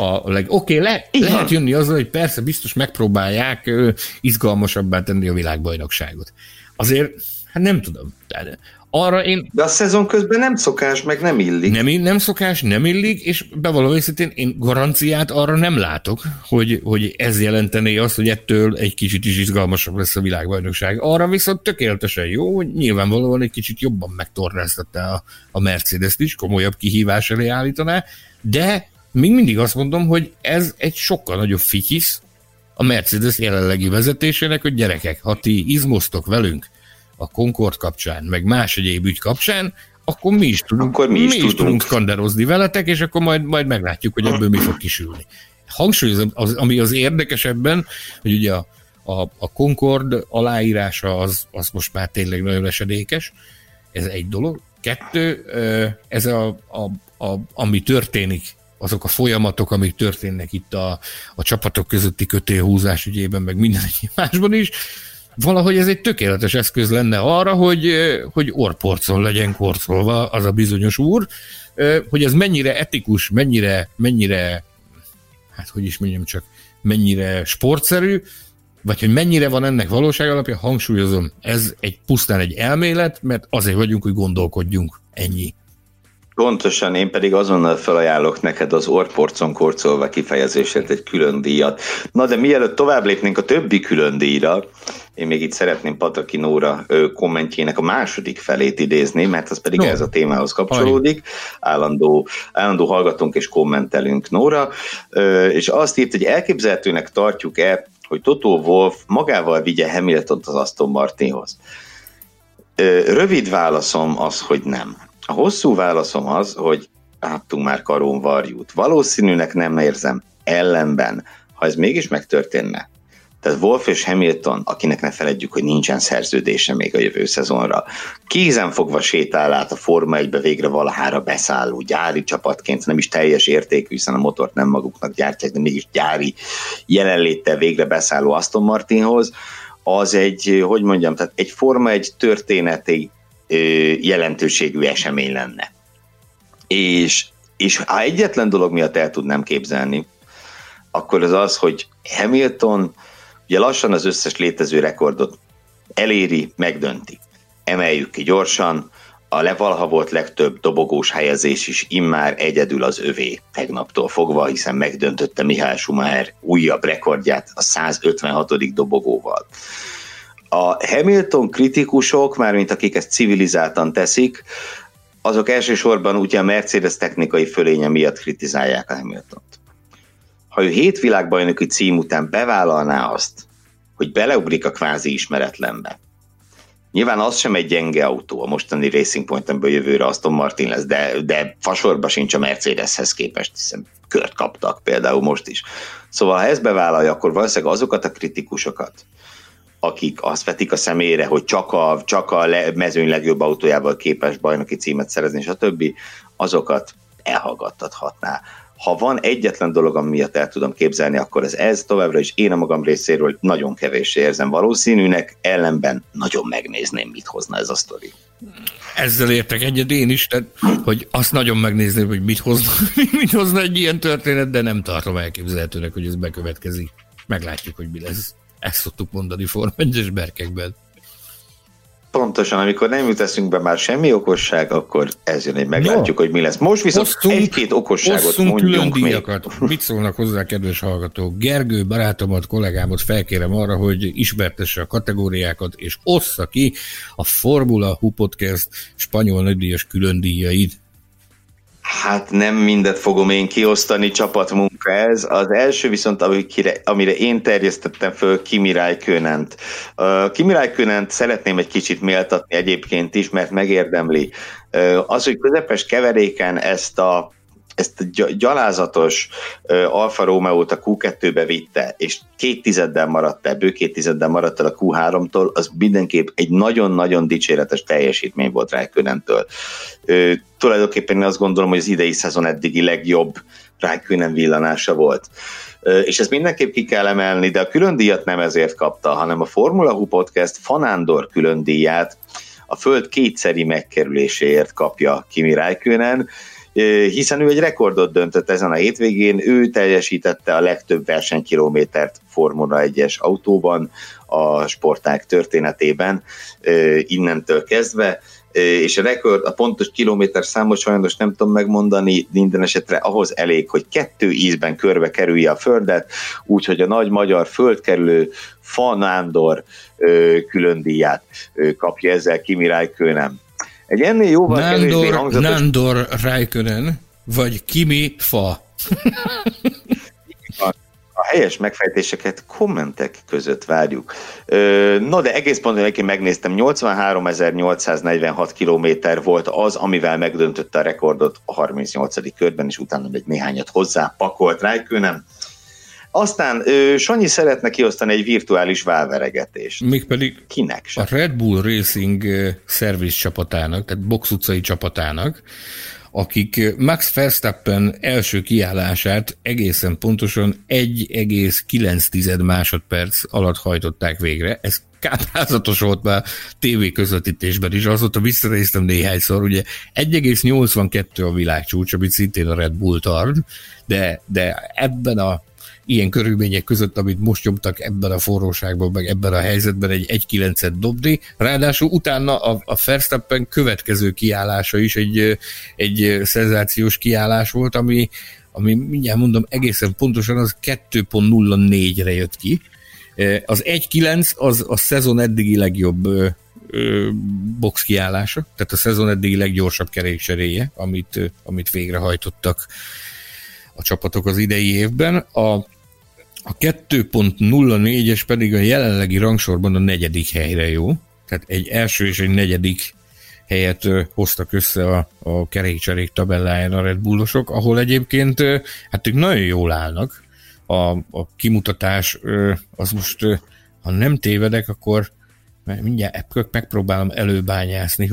Lehet jönni azzal, hogy persze biztos megpróbálják izgalmasabbá tenni a világbajnokságot. Azért, hát nem tudom. De a szezon közben nem szokás, meg nem illik. Nem szokás, nem illik, és bevallom őszintén, én garanciát arra nem látok, hogy ez jelentené azt, hogy ettől egy kicsit is izgalmasabb lesz a világbajnokság. Arra viszont tökéletesen jó, hogy nyilvánvalóan egy kicsit jobban megtornáztatta a Mercedes-t is, komolyabb kihívás elé állítaná, de még mindig azt mondom, hogy ez egy sokkal nagyobb fityisz a Mercedes jelenlegi vezetésének, hogy gyerekek, ha ti izmoztok velünk a Concord kapcsán, meg más egyéb ügy kapcsán, akkor mi is tudunk skanderozni veletek, és akkor majd meglátjuk, hogy ebből mi fog kisülni. Hangsúlyozom, ami az érdekesebben, hogy ugye a Concord aláírása az most már tényleg nagyon esedékes, ez egy dolog. 2, ez ami történik, azok a folyamatok, amik történnek itt a csapatok közötti kötélhúzás ügyében, meg minden egyéb másban is, valahogy ez egy tökéletes eszköz lenne arra, hogy orrporcon legyen korcolva az a bizonyos úr, hogy ez mennyire etikus, mennyire hát hogy is mondjam csak, mennyire sportszerű, vagy hogy mennyire van ennek valóság alapja, hangsúlyozom, ez pusztán egy elmélet, mert azért vagyunk, hogy gondolkodjunk, ennyi. Pontosan, én pedig azonnal felajánlok neked az orrporcon korcolva kifejezésért egy külön díjat. Na de mielőtt tovább lépnénk a többi külön díjra, én még itt szeretném Pataki Nóra kommentjének a második felét idézni, mert az pedig ez a témához kapcsolódik. Állandó hallgatunk és kommentelünk Nóra, és azt írt, hogy elképzelhetőnek tartjuk-e, hogy Toto Wolff magával vigye Hamiltont az Aston Martinhoz. Rövid válaszom az, hogy nem. A hosszú válaszom az, hogy láttunk már karon varjút. Valószínűnek nem érzem, ellenben, ha ez mégis megtörténne. Tehát Wolff és Hamilton, akinek ne feledjük, hogy nincsen szerződése még a jövő szezonra, kézenfogva sétál át a Forma 1-be végre valahára beszálló gyári csapatként, nem is teljes értékű, hiszen a motort nem maguknak gyártják, de mégis gyári jelenléttel végre beszálló Aston Martinhoz, az tehát egy Forma 1 történeti jelentőségű esemény lenne. És ha egyetlen dolog miatt el tudnám képzelni, akkor az, hogy Hamilton ugye lassan az összes létező rekordot eléri, megdönti. Emeljük ki gyorsan, a valaha volt legtöbb dobogós helyezés is immár egyedül az övé tegnaptól fogva, hiszen megdöntötte Michael Schumacher újabb rekordját a 156. dobogóval. A Hamilton kritikusok, mármint akik ezt civilizáltan teszik, azok elsősorban ugye a Mercedes technikai fölénye miatt kritizálják a Hamiltont. Ha ő 7 világbajnoki cím után bevállalná azt, hogy beleugrik a kvázi ismeretlenbe, nyilván az sem egy gyenge autó, a mostani Racing Point-ből jövőre Aston Martin lesz, de fasorba sincs a Mercedeshez képest, hiszen kört kaptak például most is. Szóval ha ezt bevállalja, akkor valószínűleg azokat a kritikusokat, akik azt vetik a szemére, hogy csak a mezőny legjobb autójával képes bajnoki címet szerezni, stb., azokat elhallgattathatná. Ha van egyetlen dolog, ami miatt el tudom képzelni, akkor ez továbbra is én a magam részéről nagyon kevéssé érzem valószínűnek, ellenben nagyon megnézném, mit hozna ez a sztori. Ezzel értek egyet én is, tehát, hogy azt nagyon megnézném, hogy mit hozna egy ilyen történet, de nem tartom elképzelhetőnek, hogy ez bekövetkezik. Meglátjuk, hogy mi lesz. Ezt szoktuk mondani Forma 1-es berkekben. Pontosan, amikor nem jut eszünkbe már semmi okosság, akkor ez jön, hogy meglátjuk, hogy mi lesz. Most viszont egy-két okosságot mondjunk még. Mit szólnak hozzá, kedves hallgatók? Gergő barátomat, kollégámat felkérem arra, hogy ismertesse a kategóriákat, és ossza ki a Formula Hú Podcast spanyol nagydíjas külön díjait. Hát nem mindet fogom én kiosztani, csapatmunka ez. Az első viszont, amire én terjesztettem föl, Kimi Räikkönent. Kimi Räikkönent szeretném egy kicsit méltatni egyébként is, mert megérdemli. Az, hogy közepes keveréken ezt ezt a gyalázatos Alfa Romeo-t a Q2-be vitte, és 2 maradt el, bő 2 maradt el a Q3-tól, az mindenképp egy nagyon-nagyon dicséretes teljesítmény volt Räikkönentől. Tulajdonképpen én azt gondolom, hogy az idei szezon eddigi legjobb Räikkönen villanása volt. És ezt mindenképp ki kell emelni, de a külön díjat nem ezért kapta, hanem a Formula Hú Podcast Fanándor külön díját a Föld 2-szeri megkerüléséért kapja Kimi Räikkönen, hiszen ő egy rekordot döntött ezen a hétvégén, ő teljesítette a legtöbb versenykilométert Formula 1-es autóban a sportág történetében innentől kezdve, és a rekord, a pontos kilométer számot sajnos nem tudom megmondani, minden esetre ahhoz elég, hogy 2 ízben körbe kerülje a Földet, úgyhogy a nagy magyar földkerülő Fanándor külön díját kapja ezzel Kimi Räikkönen. Egy ennél jóval kevésbé hangzatos... Nándor Räikkönen, vagy Kimi Fa. A helyes megfejtéseket kommentek között várjuk. No, de egész pontosan én megnéztem, 83.846 kilométer volt az, amivel megdöntötte a rekordot a 38. körben, és utána egy néhányat hozzá pakolt Räikkönen. Aztán Sanyi szeretne kiosztani egy virtuális válveregetést. Mégpedig kinek sem. A Red Bull Racing Service csapatának, tehát box utcai csapatának, akik Max Verstappen első kiállását egészen pontosan 1,9 másodperc alatt hajtották végre. Ez káprázatos volt már TV közvetítésben is, azóta visszanéztem néhányszor, ugye 1,82 a világcsúcs, amit szintén a Red Bull tart, de ebben a ilyen körülmények között, amit most nyomtak ebben a forróságban, meg ebben a helyzetben egy 1,9-et dobni. Ráadásul utána a Verstappen következő kiállása is egy szenzációs kiállás volt, ami mindjárt mondom egészen pontosan az 2.04-re jött ki. Az 1.9 az a szezon eddigi legjobb box kiállása, tehát a szezon eddigi leggyorsabb kerékcseréje, amit végrehajtottak a csapatok az idei évben. A 2.04-es pedig a jelenlegi rangsorban a 4. helyre jó, tehát egy első és egy 4. helyet hoztak össze a kerékcserék tabelláján a Red Bullosok, ahol egyébként hát ők nagyon jól állnak. A kimutatás az most, ha nem tévedek, akkor mindjárt megpróbálom előbányászni,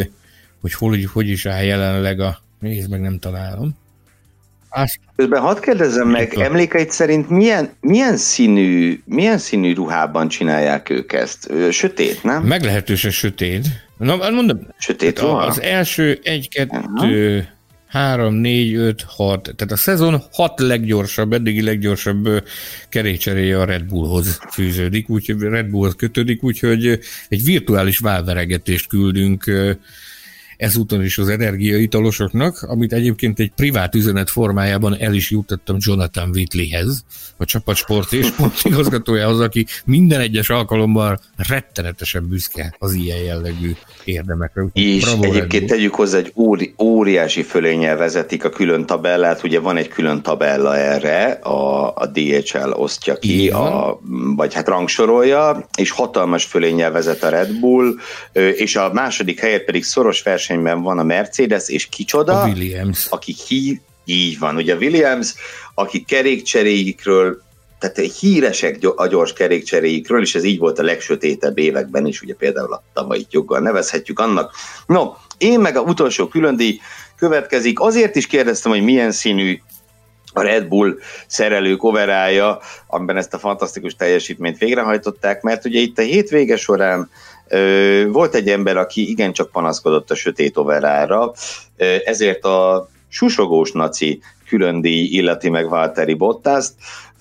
hogy is áll jelenleg nézd meg, nem találom. Közben hadd kérdezzem meg, emlékeid szerint milyen színű ruhában csinálják ők ezt? Sötét, nem? Meglehetősen sötét. Na, mondom, sötét ruha? Az első 1, 2, 3, 4, 5, 6, tehát a szezon 6 leggyorsabb, eddigi leggyorsabb kerékcseréje a Red Bullhoz fűződik, úgyhogy Red Bullhoz kötődik, úgyhogy egy virtuális válveregetést küldünk ezúton is az energiaitalosoknak, amit egyébként egy privát üzenet formájában el is juttattam Jonathan Whitleyhez, a csapatsport és sportigazgatójához, aki minden egyes alkalommal rettenetesen büszke az ilyen jellegű érdemekre. És egyébként tegyük hozzá, egy óriási fölénnyel vezetik a külön tabellát, ugye van egy külön tabella erre, a DHL osztja ki, vagy hát rangsorolja, és hatalmas fölénnyel vezet a Red Bull, és a második helyet pedig szoros versenyben van a Mercedes, és kicsoda? A Williams. Aki így van, ugye a Williams, aki kerékcseréikről, tehát híresek a gyors kerékcseréikről, és ez így volt a legsötétebb években is, ugye például a tavalyi joggal nevezhetjük annak. No, én meg a utolsó különdíj következik. Azért is kérdeztem, hogy milyen színű a Red Bull szerelők overallja, amiben ezt a fantasztikus teljesítményt végrehajtották, mert ugye itt a hétvége során volt egy ember, aki igencsak panaszkodott a sötét overallra, ezért a susogós naci különdíj illeti meg Valtteri Bottaszt.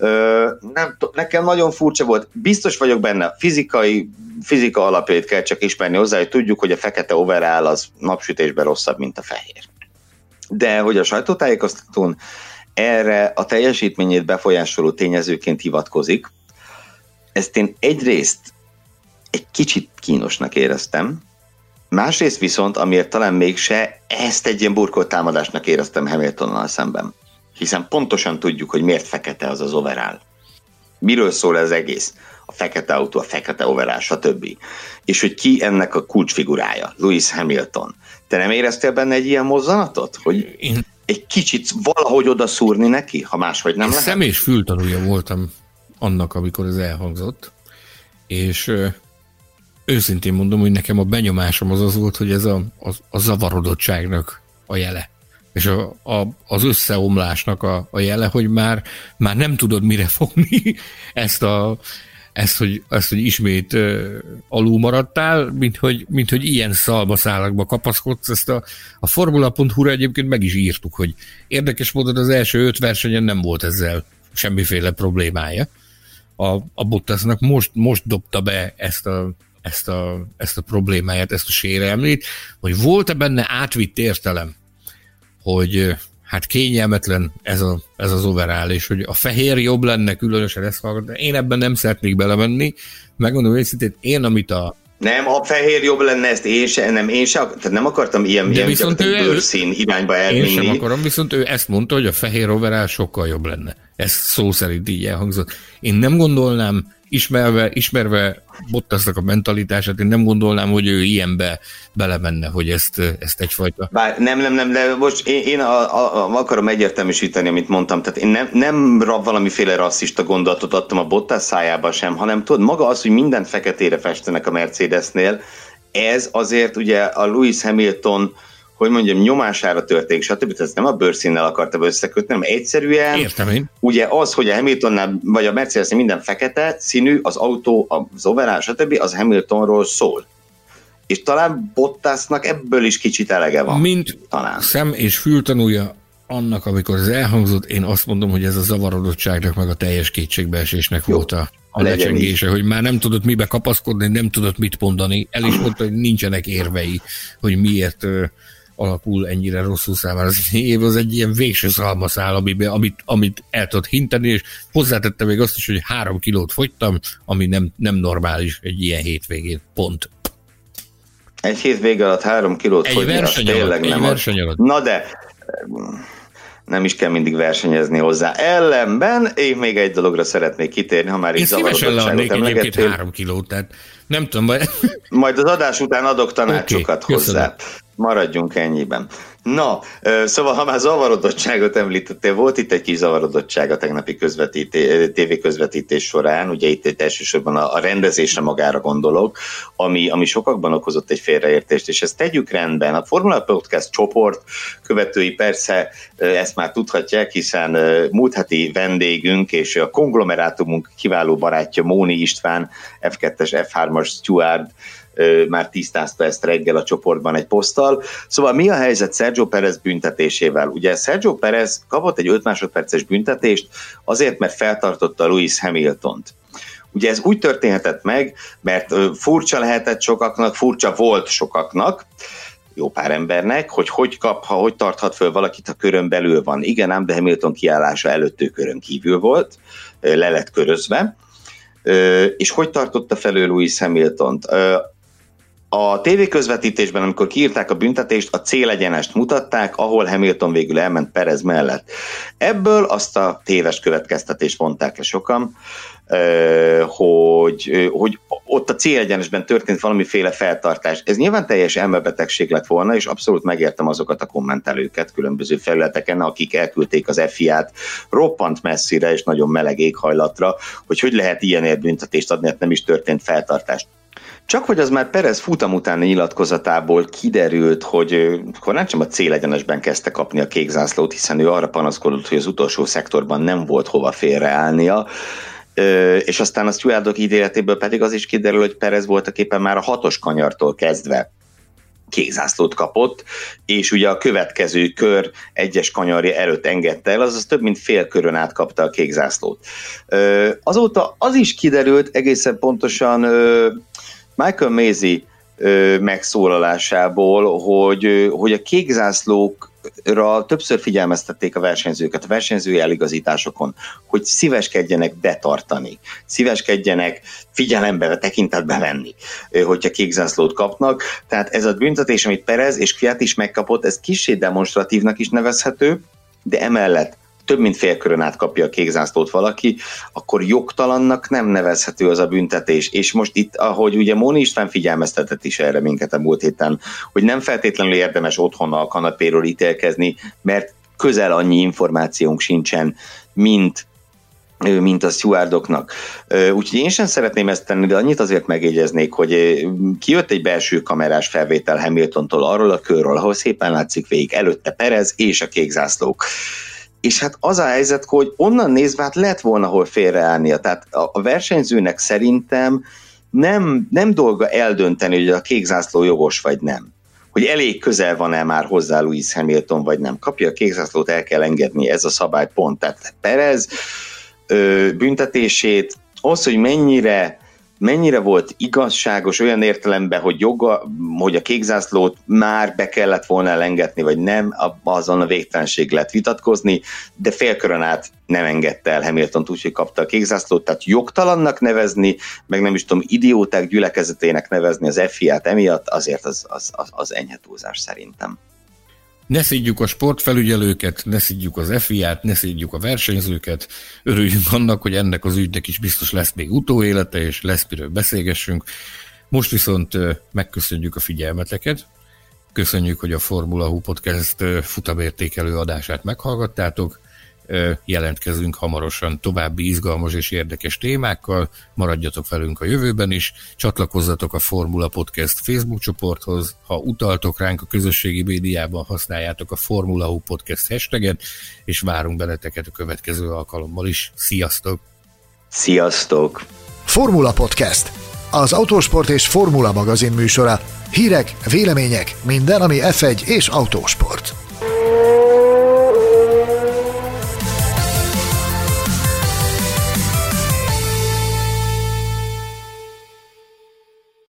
Nekem nagyon furcsa volt, biztos vagyok benne, fizika alapjait kell csak ismerni hozzá, hogy tudjuk, hogy a fekete overall az napsütésben rosszabb, mint a fehér. De hogy a sajtótájékoztatón erre a teljesítményét befolyásoló tényezőként hivatkozik, ezt én egyrészt egy kicsit kínosnak éreztem, másrészt viszont, amiért talán mégse, ezt egy ilyen burkolt támadásnak éreztem Hamiltonnal szemben. Hiszen pontosan tudjuk, hogy miért fekete az az overall. Miről szól ez egész? A fekete autó, a fekete overall, stb. És hogy ki ennek a kulcsfigurája? Lewis Hamilton. Te nem éreztél benne egy ilyen mozzanatot? Hogy egy kicsit valahogy oda szúrni neki, ha máshogy nem lehet? Szem- és fültanúja voltam annak, amikor ez elhangzott, és őszintén mondom, hogy nekem a benyomásom az volt, hogy ez a zavarodottságnak a jele, és az összeomlásnak a jele, hogy már nem tudod mire fogni ezt, hogy ismét alul maradtál, mint hogy ilyen szalmaszálakba kapaszkodsz. Ezt a Formula.hu-ra egyébként meg is írtuk, hogy érdekes módon az első 5 versenyen nem volt ezzel semmiféle problémája. A Bottasnak most dobta be ezt a problémáját, ezt a sérelmét, hogy volt-e benne átvitt értelem, hogy hát kényelmetlen ez az overall, és hogy a fehér jobb lenne, különösen ezt hallgat, de én ebben nem szeretnék belemenni. Megmondom őszintén, én amit Nem, a fehér jobb lenne, ezt én sem, tehát nem akartam ilyen bőrszín irányba elvinni. Én sem akarom, viszont ő ezt mondta, hogy a fehér overall sokkal jobb lenne. Ez szó szerint így elhangzott. Én nem gondolnám, ismerve Bottasnak a mentalitását, én nem gondolnám, hogy ő ilyenbe belemenne, hogy ezt egyfajta... Bár nem, de most én akarom egyértelműsíteni, amit mondtam, tehát én nem valamiféle rasszista gondolatot adtam a Bottas szájába sem, hanem tudod, maga az, hogy mindent feketére festenek a Mercedesnél, ez azért ugye a Lewis Hamilton, hogy mondjam, nyomására történik, stb. Ez nem a bőrszínnel akartam összekötni, hanem egyszerűen értem én. Ugye az, hogy a Hamiltonnál, vagy a Mercedesnél minden fekete színű, az autó, az overall, stb. Az Hamiltonról szól. És talán Bottasnak ebből is kicsit elege van. Mint talán. Szem- és fültanúja annak, amikor ez elhangzott, én azt mondom, hogy ez a zavarodottságnak, meg a teljes kétségbeesésnek volt a lecsengése, hogy már nem tudott mibe kapaszkodni, nem tudott mit mondani. El is mondta, hogy nincsenek érvei, hogy miért alakul ennyire rosszul számára. Az év az egy ilyen végső szalmaszál, amit el tudod hinteni, és hozzátette még azt is, hogy 3 kilót fogytam, ami nem normális egy ilyen hétvégén. Pont. Egy hétvége alatt 3 kilót fogyni, az tényleg nem ad. Na de nem is kell mindig versenyezni hozzá. Ellenben én még egy dologra szeretnék kitérni, ha már így zavarodottságot emlegettél. 3 kilót, tehát nem tudom. Majd az adás után adok tanácsokat hozzá. Maradjunk ennyiben. Na, szóval ha már zavarodottságot említettél, volt itt egy kis zavarodottság a tegnapi tévéközvetítés során, ugye itt elsősorban a rendezésre magára gondolok, ami sokakban okozott egy félreértést, és ezt tegyük rendben. A Formula Podcast csoport követői persze ezt már tudhatják, hiszen múlt heti vendégünk és a konglomerátumunk kiváló barátja Móni István, F2-es, F3-as steward, már tisztázta ezt reggel a csoportban egy poszttal. Szóval mi a helyzet Sergio Perez büntetésével? Ugye Sergio Perez kapott egy 5 másodperces büntetést azért, mert feltartotta Lewis Hamiltont. Ugye ez úgy történhetett meg, mert furcsa lehetett sokaknak, furcsa volt sokaknak, jó pár embernek, hogy tarthat föl valakit, ha körön belül van. Igen, ám de Hamilton kiállása előtt ő körön kívül volt, le lett körözve. És hogy tartotta fel ő Lewis Hamiltont? A tévéközvetítésben, amikor kiírták a büntetést, a célegyenest mutatták, ahol Hamilton végül elment Perez mellett. Ebből azt a téves következtetést vonták le sokan, hogy ott a célegyenesben történt valamiféle feltartás. Ez nyilván teljes elmebetegség lett volna, és abszolút megértem azokat a kommentelőket különböző felületeken, akik elküldték az FIA-t roppant messzire és nagyon meleg éghajlatra, hogy lehet ilyenért büntetést adni, hát nem is történt feltartás. Csak hogy az már Perez futam utáni nyilatkozatából kiderült, hogy korán sem a célegyenesben kezdte kapni a kék zászlót, hiszen ő arra panaszkodott, hogy az utolsó szektorban nem volt hova félreállnia, és aztán a stewardok ítéletéből pedig az is kiderül, hogy Perez voltaképpen már a 6-os kanyartól kezdve kékzászlót kapott, és ugye a következő kör egyes kanyarja előtt engedte el, azaz több mint fél körön át kapta a kékzászlót. Azóta az is kiderült egészen pontosan Michael Masi megszólalásából, hogy a kékzászlókra többször figyelmeztették a versenyzőket, a versenyzői eligazításokon, hogy szíveskedjenek betartani, szíveskedjenek figyelembe, tekintetbe venni, hogyha kékzászlót kapnak. Tehát ez a büntetés, amit Perez és Kvyat is megkapott, ez kissé demonstratívnak is nevezhető, de emellett több mint félkörön átkapja a kékzászlót valaki, akkor jogtalannak nem nevezhető az a büntetés. És most itt, ahogy ugye Móni István figyelmeztetett is erre minket a múlt héten, hogy nem feltétlenül érdemes otthon a kanapéról ítélkezni, mert közel annyi információnk sincsen, mint a stewardoknak. Úgyhogy én sem szeretném ezt tenni, de annyit azért megjegyeznék, hogy kijött egy belső kamerás felvétel Hamiltontól arról a körről, ahol szépen látszik végig előtte Perez és a kék zászlók. És hát az a helyzet, hogy onnan nézve hát lett volna hol félreállnia. Tehát a versenyzőnek szerintem nem dolga eldönteni, hogy a kék zászló jogos vagy nem. Hogy elég közel van-e már hozzá Lewis Hamilton, vagy nem. Kapja a kék zászlót, el kell engedni, ez a szabálypont. Tehát Perez büntetését, az, hogy mennyire volt igazságos olyan értelemben, hogy a kékzászlót már be kellett volna elengedni, vagy nem, azon a végtelenség lett vitatkozni, de félkörön át nem engedte el Hamiltont, úgyhogy kapta a kékzászlót, tehát jogtalannak nevezni, meg nem is tudom, idióták gyülekezetének nevezni az FIA-t emiatt, azért az enyhe túlzás szerintem. Ne szidjuk a sportfelügyelőket, ne szidjuk az FIA-t, ne szidjuk a versenyzőket. Örüljünk annak, hogy ennek az ügynek is biztos lesz még utóélete, és lesz miről beszélgessünk. Most viszont megköszönjük a figyelmeteket. Köszönjük, hogy a Formula Hú Podcast futamértékelő adását meghallgattátok. Jelentkezünk hamarosan további izgalmas és érdekes témákkal. Maradjatok velünk a jövőben is. Csatlakozzatok a Formula Podcast Facebook csoporthoz. Ha utaltok ránk a közösségi médiában, használjátok a Formula Hú Podcast hashtaget, és várunk benneteket a következő alkalommal is. Sziasztok! Sziasztok! Formula Podcast, az autósport és formula magazin műsora. Hírek, vélemények, minden, ami F1 és autósport.